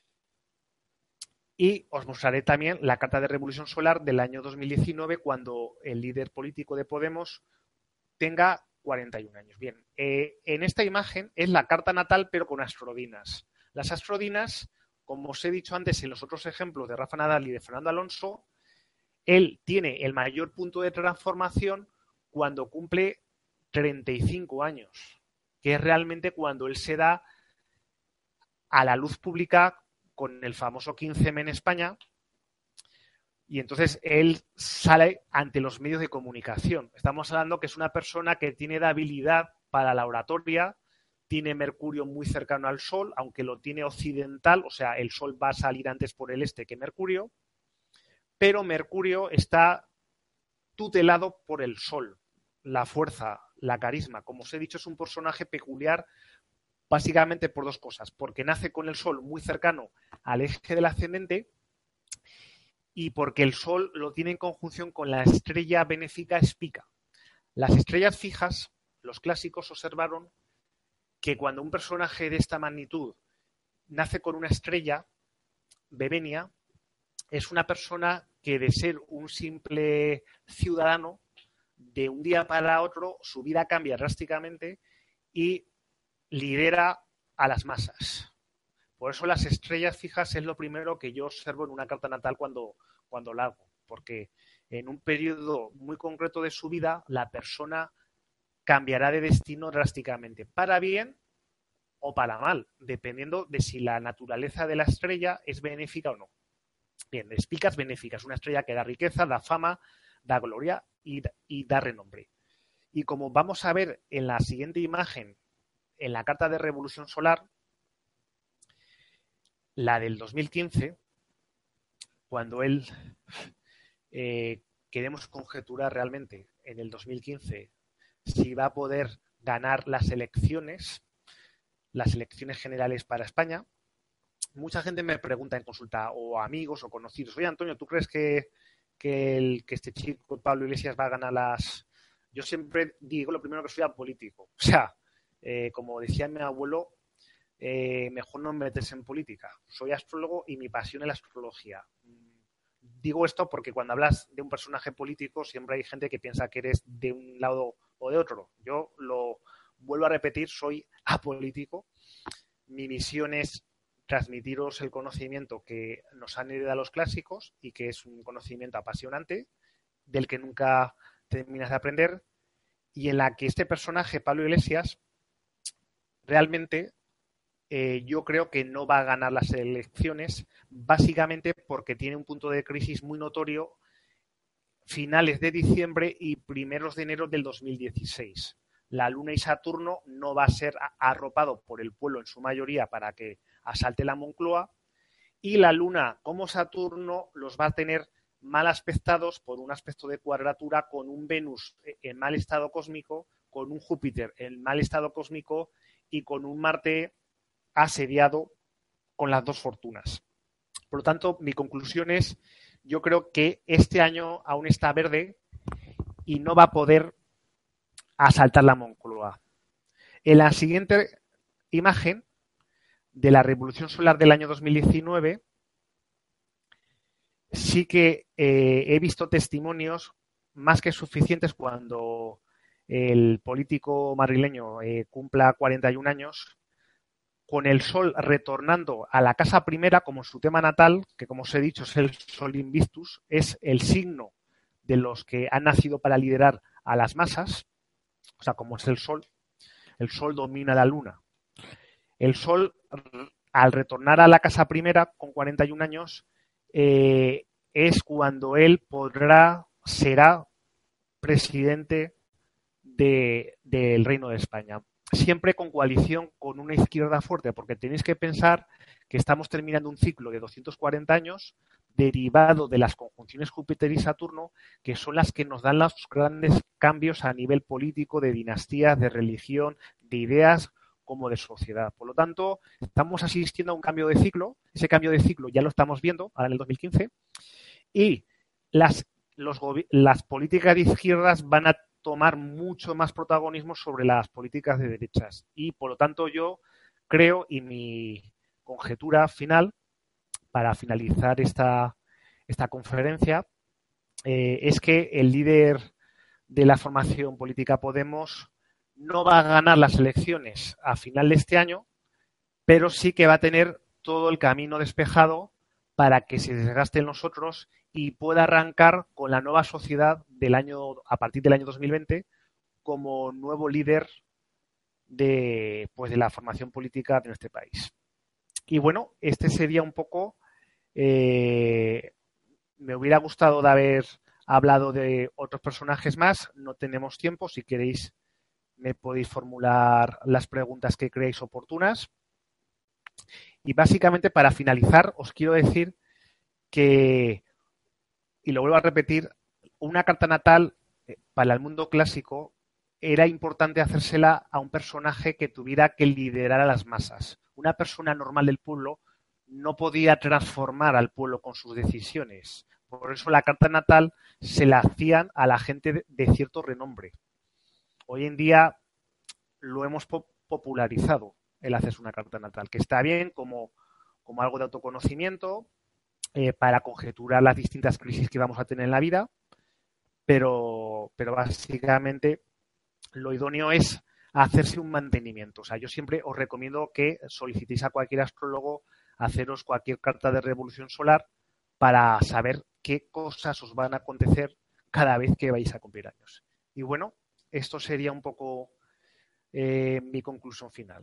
y os mostraré también la carta de revolución solar del año 2019, cuando el líder político de Podemos tenga 41 años. Bien, en esta imagen es la carta natal, pero con astrodinas. Las astrodinas, como os he dicho antes en los otros ejemplos de Rafa Nadal y de Fernando Alonso, él tiene el mayor punto de transformación cuando cumple 35 años, que es realmente cuando él se da a la luz pública con el famoso 15M en España, y entonces él sale ante los medios de comunicación. Estamos hablando que es una persona que tiene la habilidad para la oratoria, tiene Mercurio muy cercano al Sol, aunque lo tiene occidental, o sea, el Sol va a salir antes por el este que Mercurio, pero Mercurio está tutelado por el Sol, la fuerza, la carisma. Como os he dicho, es un personaje peculiar básicamente por dos cosas, porque nace con el Sol muy cercano al eje del ascendente y porque el Sol lo tiene en conjunción con la estrella benéfica Spica. Las estrellas fijas, los clásicos observaron que cuando un personaje de esta magnitud nace con una estrella bevenia, es una persona que, de ser un simple ciudadano, de un día para otro su vida cambia drásticamente y lidera a las masas. Por eso las estrellas fijas es lo primero que yo observo en una carta natal cuando la hago, porque en un periodo muy concreto de su vida la persona cambiará de destino drásticamente, para bien o para mal, dependiendo de si la naturaleza de la estrella es benéfica o no. Bien, Spica es benéfica, es una estrella que da riqueza, da fama, da gloria y da renombre. Y como vamos a ver en la siguiente imagen, en la carta de revolución solar, la del 2015, cuando él queremos conjeturar realmente en el 2015 si va a poder ganar las elecciones generales para España. Mucha gente me pregunta en consulta, o amigos o conocidos, oye, Antonio, ¿tú crees que este chico, Pablo Iglesias, va a ganar las...? Yo siempre digo lo primero, que soy apolítico. O sea, como decía mi abuelo, mejor no meterse en política. Soy astrólogo y mi pasión es la astrología. Digo esto porque cuando hablas de un personaje político siempre hay gente que piensa que eres de un lado o de otro. Yo lo vuelvo a repetir, soy apolítico. Mi misión es transmitiros el conocimiento que nos han heredado los clásicos y que es un conocimiento apasionante del que nunca terminas de aprender, y en la que este personaje, Pablo Iglesias, realmente yo creo que no va a ganar las elecciones, básicamente porque tiene un punto de crisis muy notorio finales de diciembre y primeros de enero del 2016. La Luna y Saturno no va a ser arropado por el pueblo en su mayoría para que asalte la Moncloa, y la Luna como Saturno los va a tener mal aspectados por un aspecto de cuadratura con un Venus en mal estado cósmico, con un Júpiter en mal estado cósmico y con un Marte asediado con las dos fortunas. Por lo tanto, mi conclusión es, yo creo que este año aún está verde y no va a poder asaltar la Moncloa. En la siguiente imagen de la revolución solar del año 2019, sí que he visto testimonios más que suficientes cuando el político madrileño cumpla 41 años, con el sol retornando a la casa primera, como su tema natal, que como os he dicho es el Sol Invictus, es el signo de los que han nacido para liderar a las masas, o sea, como es el sol domina la luna. El sol, al retornar a la casa primera con 41 años, es cuando él será presidente del Reino de España. Siempre con coalición con una izquierda fuerte, porque tenéis que pensar que estamos terminando un ciclo de 240 años derivado de las conjunciones Júpiter y Saturno, que son las que nos dan los grandes cambios a nivel político, de dinastías, de religión, de ideas como de sociedad. Por lo tanto, estamos asistiendo a un cambio de ciclo. Ese cambio de ciclo ya lo estamos viendo ahora en el 2015 y las políticas de izquierdas van a tomar mucho más protagonismo sobre las políticas de derechas. Y, por lo tanto, yo creo, y mi conjetura final, para finalizar esta conferencia, es que el líder de la formación política Podemos no va a ganar las elecciones a final de este año, pero sí que va a tener todo el camino despejado para que se desgaste en nosotros y pueda arrancar con la nueva sociedad a partir del año 2020 como nuevo líder de la formación política de nuestro país. Y bueno, este sería un poco... me hubiera gustado de haber hablado de otros personajes más. No tenemos tiempo. Si queréis, me podéis formular las preguntas que creéis oportunas. Y básicamente, para finalizar, os quiero decir que, y lo vuelvo a repetir, una carta natal para el mundo clásico era importante hacérsela a un personaje que tuviera que liderar a las masas. Una persona normal del pueblo no podía transformar al pueblo con sus decisiones. Por eso la carta natal se la hacían a la gente de cierto renombre. Hoy en día lo hemos popularizado, el hacerse una carta natal, que está bien como algo de autoconocimiento para conjeturar las distintas crisis que vamos a tener en la vida, pero básicamente lo idóneo es hacerse un mantenimiento. O sea, yo siempre os recomiendo que solicitéis a cualquier astrólogo haceros cualquier carta de revolución solar para saber qué cosas os van a acontecer cada vez que vais a cumplir años. Y bueno, esto sería un poco mi conclusión final.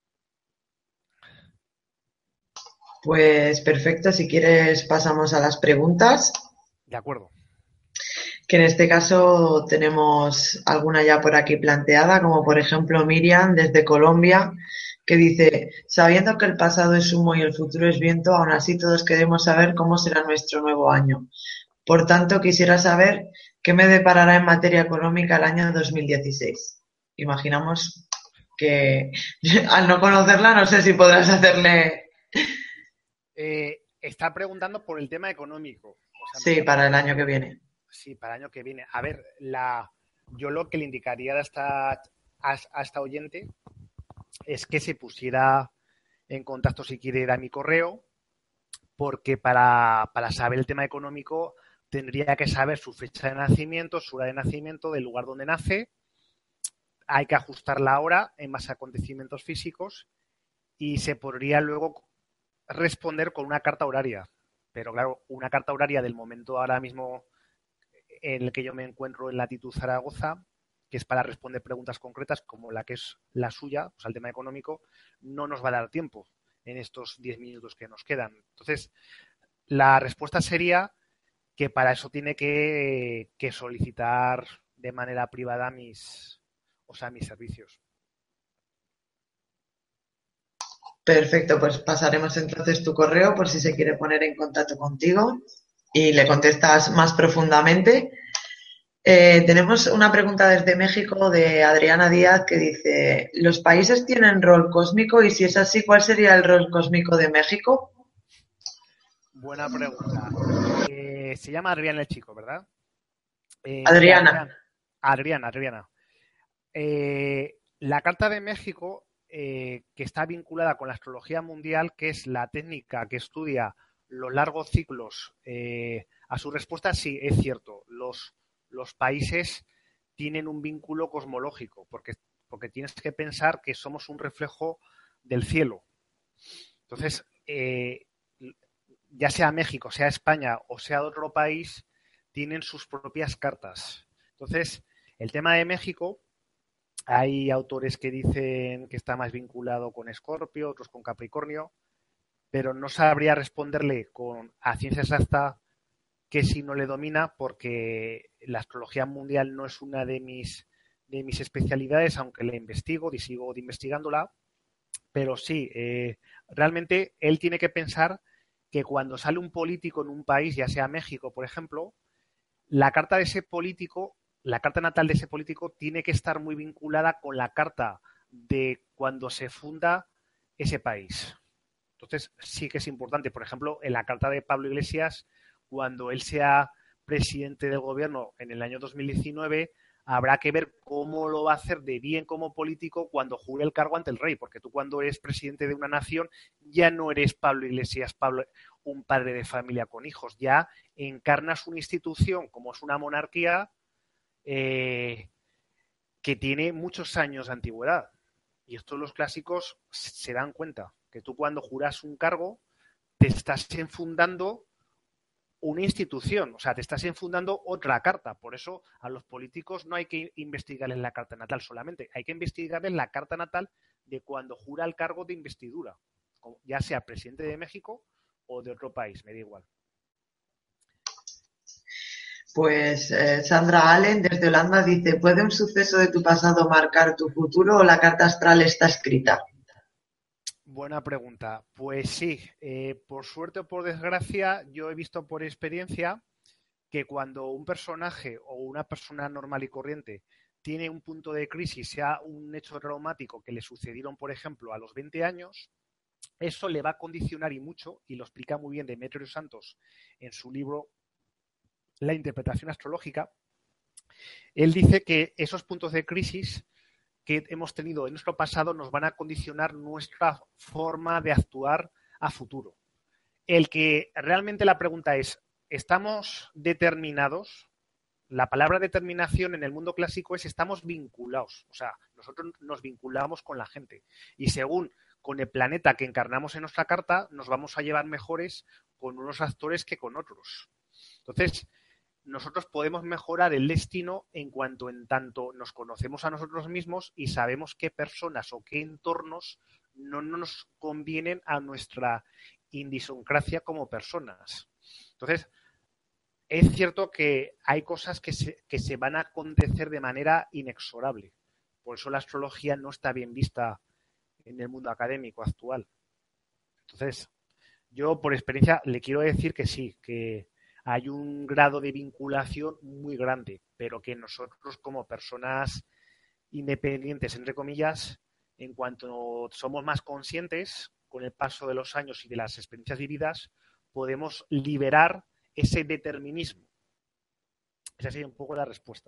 Pues perfecto, si quieres pasamos a las preguntas. De acuerdo. Que en este caso tenemos alguna ya por aquí planteada, como por ejemplo Miriam desde Colombia, que dice: sabiendo que el pasado es humo y el futuro es viento, aún así todos queremos saber cómo será nuestro nuevo año. Por tanto, quisiera saber qué me deparará en materia económica el año 2016. Imaginamos que al no conocerla, no sé si podrás hacerle... Está preguntando por el tema económico. O sea, sí, para el año que viene. Sí, para el año que viene. A ver, yo lo que le indicaría a esta oyente es que se pusiera en contacto, si quiere, ir a mi correo, porque para saber el tema económico tendría que saber su fecha de nacimiento, su hora de nacimiento, del lugar donde nace. Hay que ajustar la hora en base a acontecimientos físicos y se podría luego responder con una carta horaria. Pero claro, una carta horaria del momento ahora mismo en el que yo me encuentro en latitud Zaragoza, que es para responder preguntas concretas como la que es la suya, o sea, el tema económico, no nos va a dar tiempo en estos 10 minutos que nos quedan. Entonces, la respuesta sería que para eso tiene que solicitar de manera privada mis servicios. Perfecto, pues pasaremos entonces tu correo por si se quiere poner en contacto contigo y le contestas más profundamente. Tenemos una pregunta desde México de Adriana Díaz que dice: ¿los países tienen rol cósmico? Y si es así, ¿cuál sería el rol cósmico de México? Buena pregunta. Se llama Adriana el chico, ¿verdad? Adriana. Adriana. La Carta de México que está vinculada con la astrología mundial, que es la técnica que estudia los largos ciclos. A su respuesta, sí, es cierto. Los países tienen un vínculo cosmológico, porque tienes que pensar que somos un reflejo del cielo. Entonces, ya sea México, sea España o sea otro país, tienen sus propias cartas. Entonces, el tema de México, hay autores que dicen que está más vinculado con Escorpio, otros con Capricornio, pero no sabría responderle a ciencia exacta qué signo le domina, porque la astrología mundial no es una de mis especialidades, aunque la investigo y sigo investigándola. Pero sí, realmente él tiene que pensar que cuando sale un político en un país, ya sea México, por ejemplo, la carta de ese político, la carta natal de ese político tiene que estar muy vinculada con la carta de cuando se funda ese país. Entonces, sí que es importante. Por ejemplo, en la carta de Pablo Iglesias, cuando él sea presidente del gobierno en el año 2019, habrá que ver cómo lo va a hacer de bien como político cuando jure el cargo ante el rey, porque tú cuando eres presidente de una nación ya no eres Pablo Iglesias, un padre de familia con hijos, ya encarnas una institución como es una monarquía que tiene muchos años de antigüedad. Y esto los clásicos se dan cuenta, que tú cuando juras un cargo te estás enfundando una institución, o sea, te estás enfundando otra carta. Por eso a los políticos no hay que investigarles la carta natal solamente, hay que investigarles la carta natal de cuando jura el cargo de investidura, ya sea presidente de México o de otro país, me da igual. Pues Sandra Allen desde Holanda dice, ¿puede un suceso de tu pasado marcar tu futuro o la carta astral está escrita? Buena pregunta. Pues sí, por suerte o por desgracia, yo he visto por experiencia que cuando un personaje o una persona normal y corriente tiene un punto de crisis, sea un hecho traumático que le sucedieron, por ejemplo, a los 20 años, eso le va a condicionar y mucho, y lo explica muy bien Demetrio Santos en su libro La interpretación astrológica. Él dice que esos puntos de crisis que hemos tenido en nuestro pasado nos van a condicionar nuestra forma de actuar a futuro. El que realmente la pregunta es, ¿estamos determinados? La palabra determinación en el mundo clásico es estamos vinculados, o sea, nosotros nos vinculamos con la gente y según con el planeta que encarnamos en nuestra carta nos vamos a llevar mejores con unos actores que con otros. Entonces, nosotros podemos mejorar el destino en tanto nos conocemos a nosotros mismos y sabemos qué personas o qué entornos no nos convienen a nuestra idiosincrasia como personas. Entonces, es cierto que hay cosas que se van a acontecer de manera inexorable. Por eso la astrología no está bien vista en el mundo académico actual. Entonces, yo por experiencia le quiero decir que sí, que hay un grado de vinculación muy grande, pero que nosotros como personas independientes, entre comillas, en cuanto somos más conscientes, con el paso de los años y de las experiencias vividas, podemos liberar ese determinismo. Esa sería un poco la respuesta.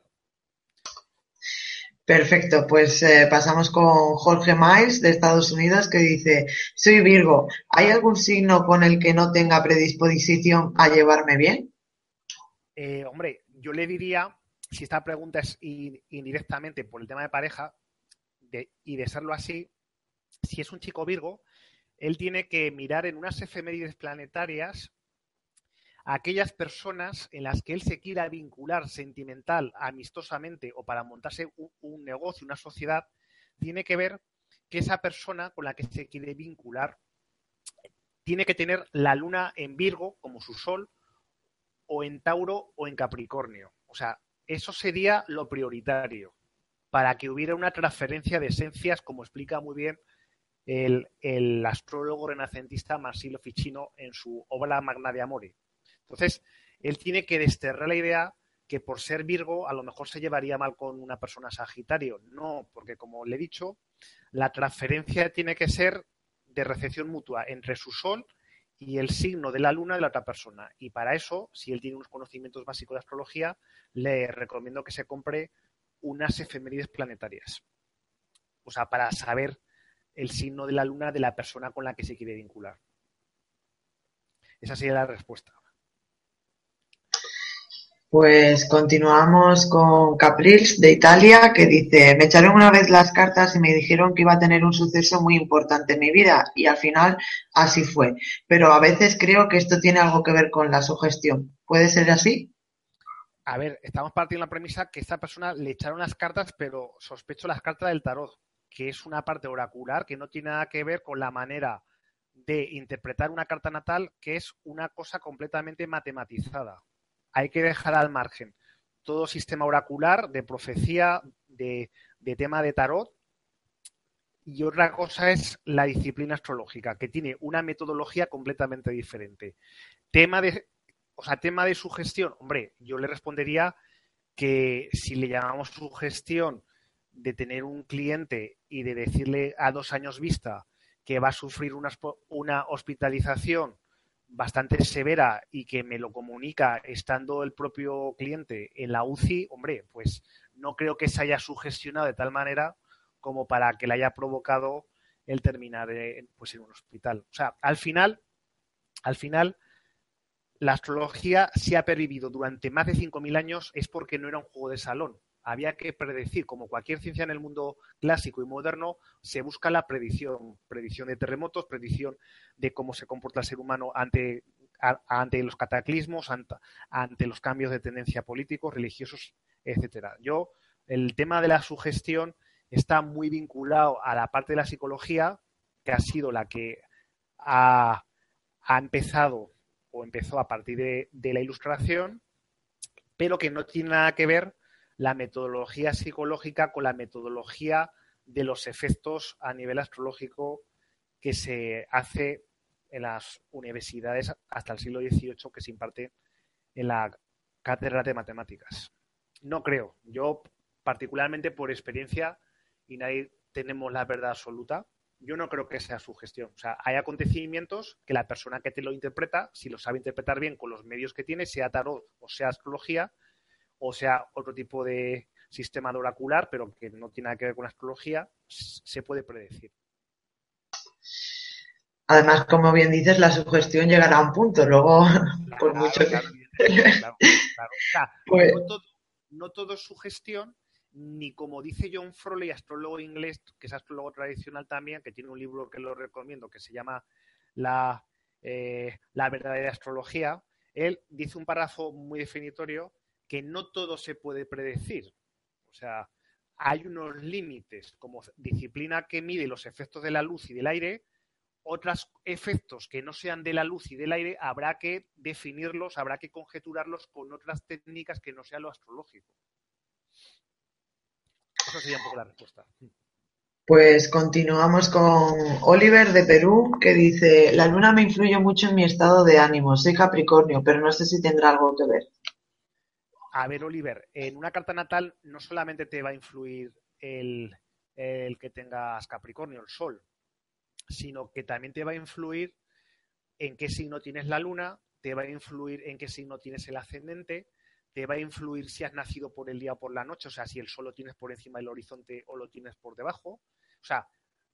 Perfecto, pues pasamos con Jorge Miles de Estados Unidos que dice, soy Virgo, ¿hay algún signo con el que no tenga predisposición a llevarme bien? Hombre, yo le diría, si esta pregunta es indirectamente por el tema de pareja, y de serlo así, si es un chico Virgo, él tiene que mirar en unas efemérides planetarias a aquellas personas en las que él se quiera vincular sentimental, amistosamente o para montarse un negocio, una sociedad, tiene que ver que esa persona con la que se quiere vincular tiene que tener la luna en Virgo como su sol, o en Tauro o en Capricornio. O sea, eso sería lo prioritario para que hubiera una transferencia de esencias, como explica muy bien el astrólogo renacentista Marsilio Ficino en su obra Magna de Amore. Entonces, él tiene que desterrar la idea que por ser Virgo a lo mejor se llevaría mal con una persona Sagitario. No, porque como le he dicho, la transferencia tiene que ser de recepción mutua entre su sol y el signo de la luna de la otra persona. Y para eso, si él tiene unos conocimientos básicos de astrología, le recomiendo que se compre unas efemérides planetarias. O sea, para saber el signo de la luna de la persona con la que se quiere vincular. Esa sería la respuesta. Pues continuamos con Caprils de Italia, que dice: me echaron una vez las cartas y me dijeron que iba a tener un suceso muy importante en mi vida, y al final así fue. Pero a veces creo que esto tiene algo que ver con la sugestión. ¿Puede ser así? A ver, estamos partiendo de la premisa que esta persona le echaron las cartas, pero sospecho las cartas del tarot, que es una parte oracular que no tiene nada que ver con la manera de interpretar una carta natal, que es una cosa completamente matematizada. Hay que dejar al margen todo sistema oracular, de profecía, de tema de tarot. Y otra cosa es la disciplina astrológica, que tiene una metodología completamente diferente. Tema de sugestión, hombre, yo le respondería que si le llamamos sugestión de tener un cliente y de decirle a 2 años vista que va a sufrir una hospitalización bastante severa y que me lo comunica estando el propio cliente en la UCI, hombre, pues no creo que se haya sugestionado de tal manera como para que le haya provocado el terminar pues en un hospital. O sea, al final, la astrología, si ha pervivido durante más de 5.000 años, es porque no era un juego de salón. Había que predecir, como cualquier ciencia en el mundo clásico y moderno, se busca la predicción de terremotos, predicción de cómo se comporta el ser humano ante los cataclismos, ante los cambios de tendencia políticos, religiosos, etcétera. El tema de la sugestión está muy vinculado a la parte de la psicología, que ha sido la que ha empezado o empezó a partir de la Ilustración, pero que no tiene nada que ver la metodología psicológica con la metodología de los efectos a nivel astrológico que se hace en las universidades hasta el siglo XVIII, que se imparte en la cátedra de matemáticas. No creo. Yo, particularmente por experiencia, y nadie tenemos la verdad absoluta, yo no creo que sea sugestión. O sea, hay acontecimientos que la persona que te lo interpreta, si lo sabe interpretar bien con los medios que tiene, sea tarot o sea astrología, o sea otro tipo de sistema de oracular, pero que no tiene nada que ver con la astrología, se puede predecir. Además, como bien dices, la sugestión llegará a un punto, luego, Claro, por mucho que... claro, claro. O sea, Pues... no todo es sugestión, ni como dice John Frawley, astrólogo inglés, que es astrólogo tradicional también, que tiene un libro que lo recomiendo, que se llama La verdadera astrología. Él dice un párrafo muy definitorio que no todo se puede predecir. O sea, hay unos límites como disciplina que mide los efectos de la luz y del aire. Otros efectos que no sean de la luz y del aire habrá que definirlos, habrá que conjeturarlos con otras técnicas que no sean lo astrológico. Eso sería un poco la respuesta. Pues continuamos con Oliver de Perú, que dice: la luna me influye mucho en mi estado de ánimo, soy Capricornio, pero no sé si tendrá algo que ver. A ver, Oliver, en una carta natal no solamente te va a influir el que tengas Capricornio, el Sol, sino que también te va a influir en qué signo tienes la luna, te va a influir en qué signo tienes el ascendente, te va a influir si has nacido por el día o por la noche, o sea, si el sol lo tienes por encima del horizonte o lo tienes por debajo. O sea,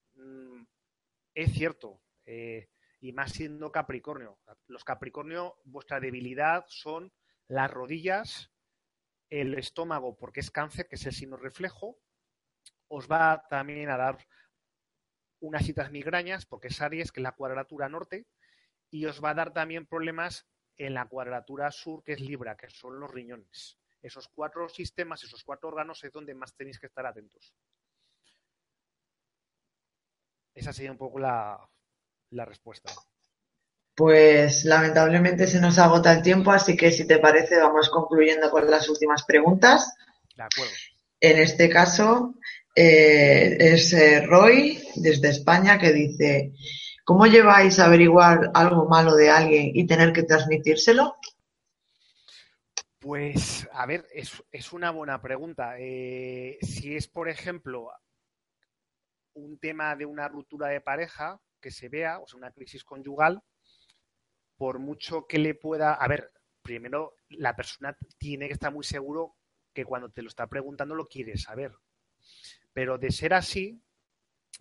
es cierto, y más siendo Capricornio. Los Capricornio, vuestra debilidad son las rodillas, el estómago, porque es Cáncer, que es el signo reflejo. Os va también a dar unas citas migrañas, porque es Aries, que es la cuadratura norte, y os va a dar también problemas en la cuadratura sur, que es Libra, que son los riñones. Esos 4 sistemas, esos 4 órganos es donde más tenéis que estar atentos. Esa sería un poco la respuesta. Pues lamentablemente se nos agota el tiempo, así que si te parece vamos concluyendo con las últimas preguntas. De acuerdo. En este caso es Roy desde España, que dice: ¿cómo lleváis a averiguar algo malo de alguien y tener que transmitírselo? Pues, a ver, es una buena pregunta. Si es, por ejemplo, un tema de una ruptura de pareja que se vea, o sea, una crisis conyugal, por mucho que le pueda... A ver, primero, la persona tiene que estar muy seguro que cuando te lo está preguntando lo quiere saber. Pero de ser así,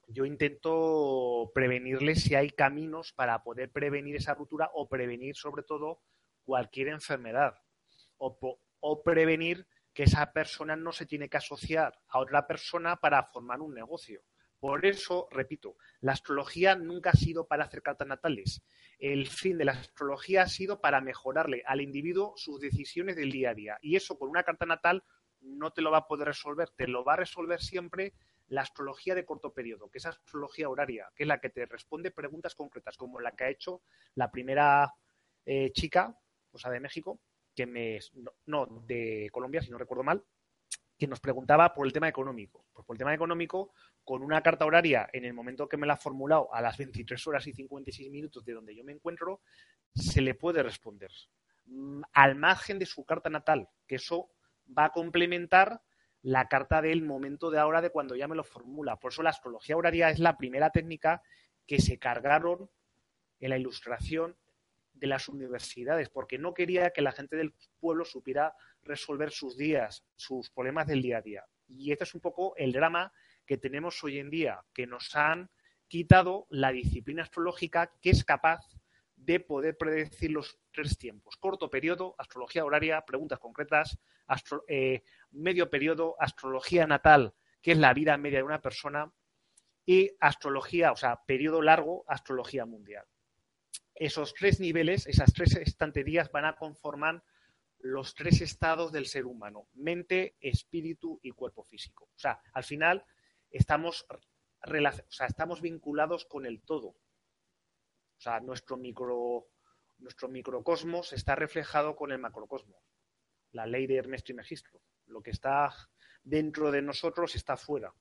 yo intento prevenirles si hay caminos para poder prevenir esa ruptura o prevenir sobre todo cualquier enfermedad o prevenir que esa persona no se tiene que asociar a otra persona para formar un negocio. Por eso, repito, la astrología nunca ha sido para hacer cartas natales. El fin de la astrología ha sido para mejorarle al individuo sus decisiones del día a día. Y eso con una carta natal no te lo va a poder resolver. Te lo va a resolver siempre la astrología de corto periodo, que es astrología horaria, que es la que te responde preguntas concretas, como la que ha hecho la primera chica, o sea, de México, no, de Colombia, si no recuerdo mal, que nos preguntaba por el tema económico. Pues por el tema económico, con una carta horaria, en el momento que me la ha formulado, a las 23 horas y 56 minutos de donde yo me encuentro, se le puede responder. Al margen de su carta natal, que eso va a complementar la carta del momento de ahora de cuando ya me lo formula. Por eso la astrología horaria es la primera técnica que se cargaron en la ilustración de las universidades, porque no quería que la gente del pueblo supiera resolver sus días, sus problemas del día a día. Y este es un poco el drama que tenemos hoy en día, que nos han quitado la disciplina astrológica que es capaz de poder predecir los 3 tiempos. Corto periodo, astrología horaria, preguntas concretas, medio periodo, astrología natal, que es la vida media de una persona, y astrología, o sea, periodo largo, astrología mundial. Esos 3 niveles, esas 3 estanterías van a conformar los 3 estados del ser humano: mente, espíritu y cuerpo físico. O sea, al final estamos vinculados con el todo. O sea, nuestro microcosmos está reflejado con el macrocosmos. La ley de Hermes Trismegisto. Lo que está dentro de nosotros está fuera.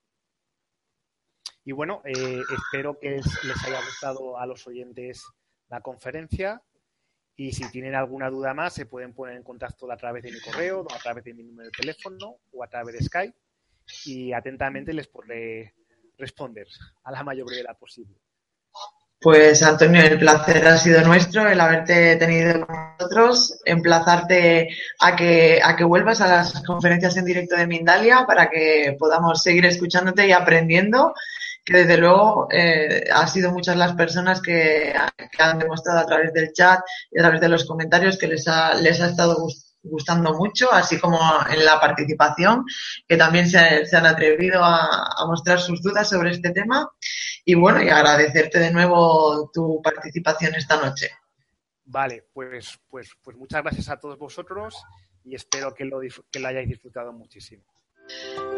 Y bueno, espero que les haya gustado a los oyentes la conferencia, y si tienen alguna duda más se pueden poner en contacto a través de mi correo, a través de mi número de teléfono o a través de Skype, y atentamente les podré responder a la mayor brevedad posible. Pues Antonio, el placer ha sido nuestro el haberte tenido con nosotros, emplazarte a que vuelvas a las conferencias en directo de Mindalia para que podamos seguir escuchándote y aprendiendo, que desde luego han sido muchas las personas que han demostrado a través del chat y a través de los comentarios que les ha estado gustando mucho, así como en la participación, que también se han atrevido a mostrar sus dudas sobre este tema. Y bueno, y agradecerte de nuevo tu participación esta noche. Vale, pues muchas gracias a todos vosotros y espero que lo hayáis disfrutado muchísimo.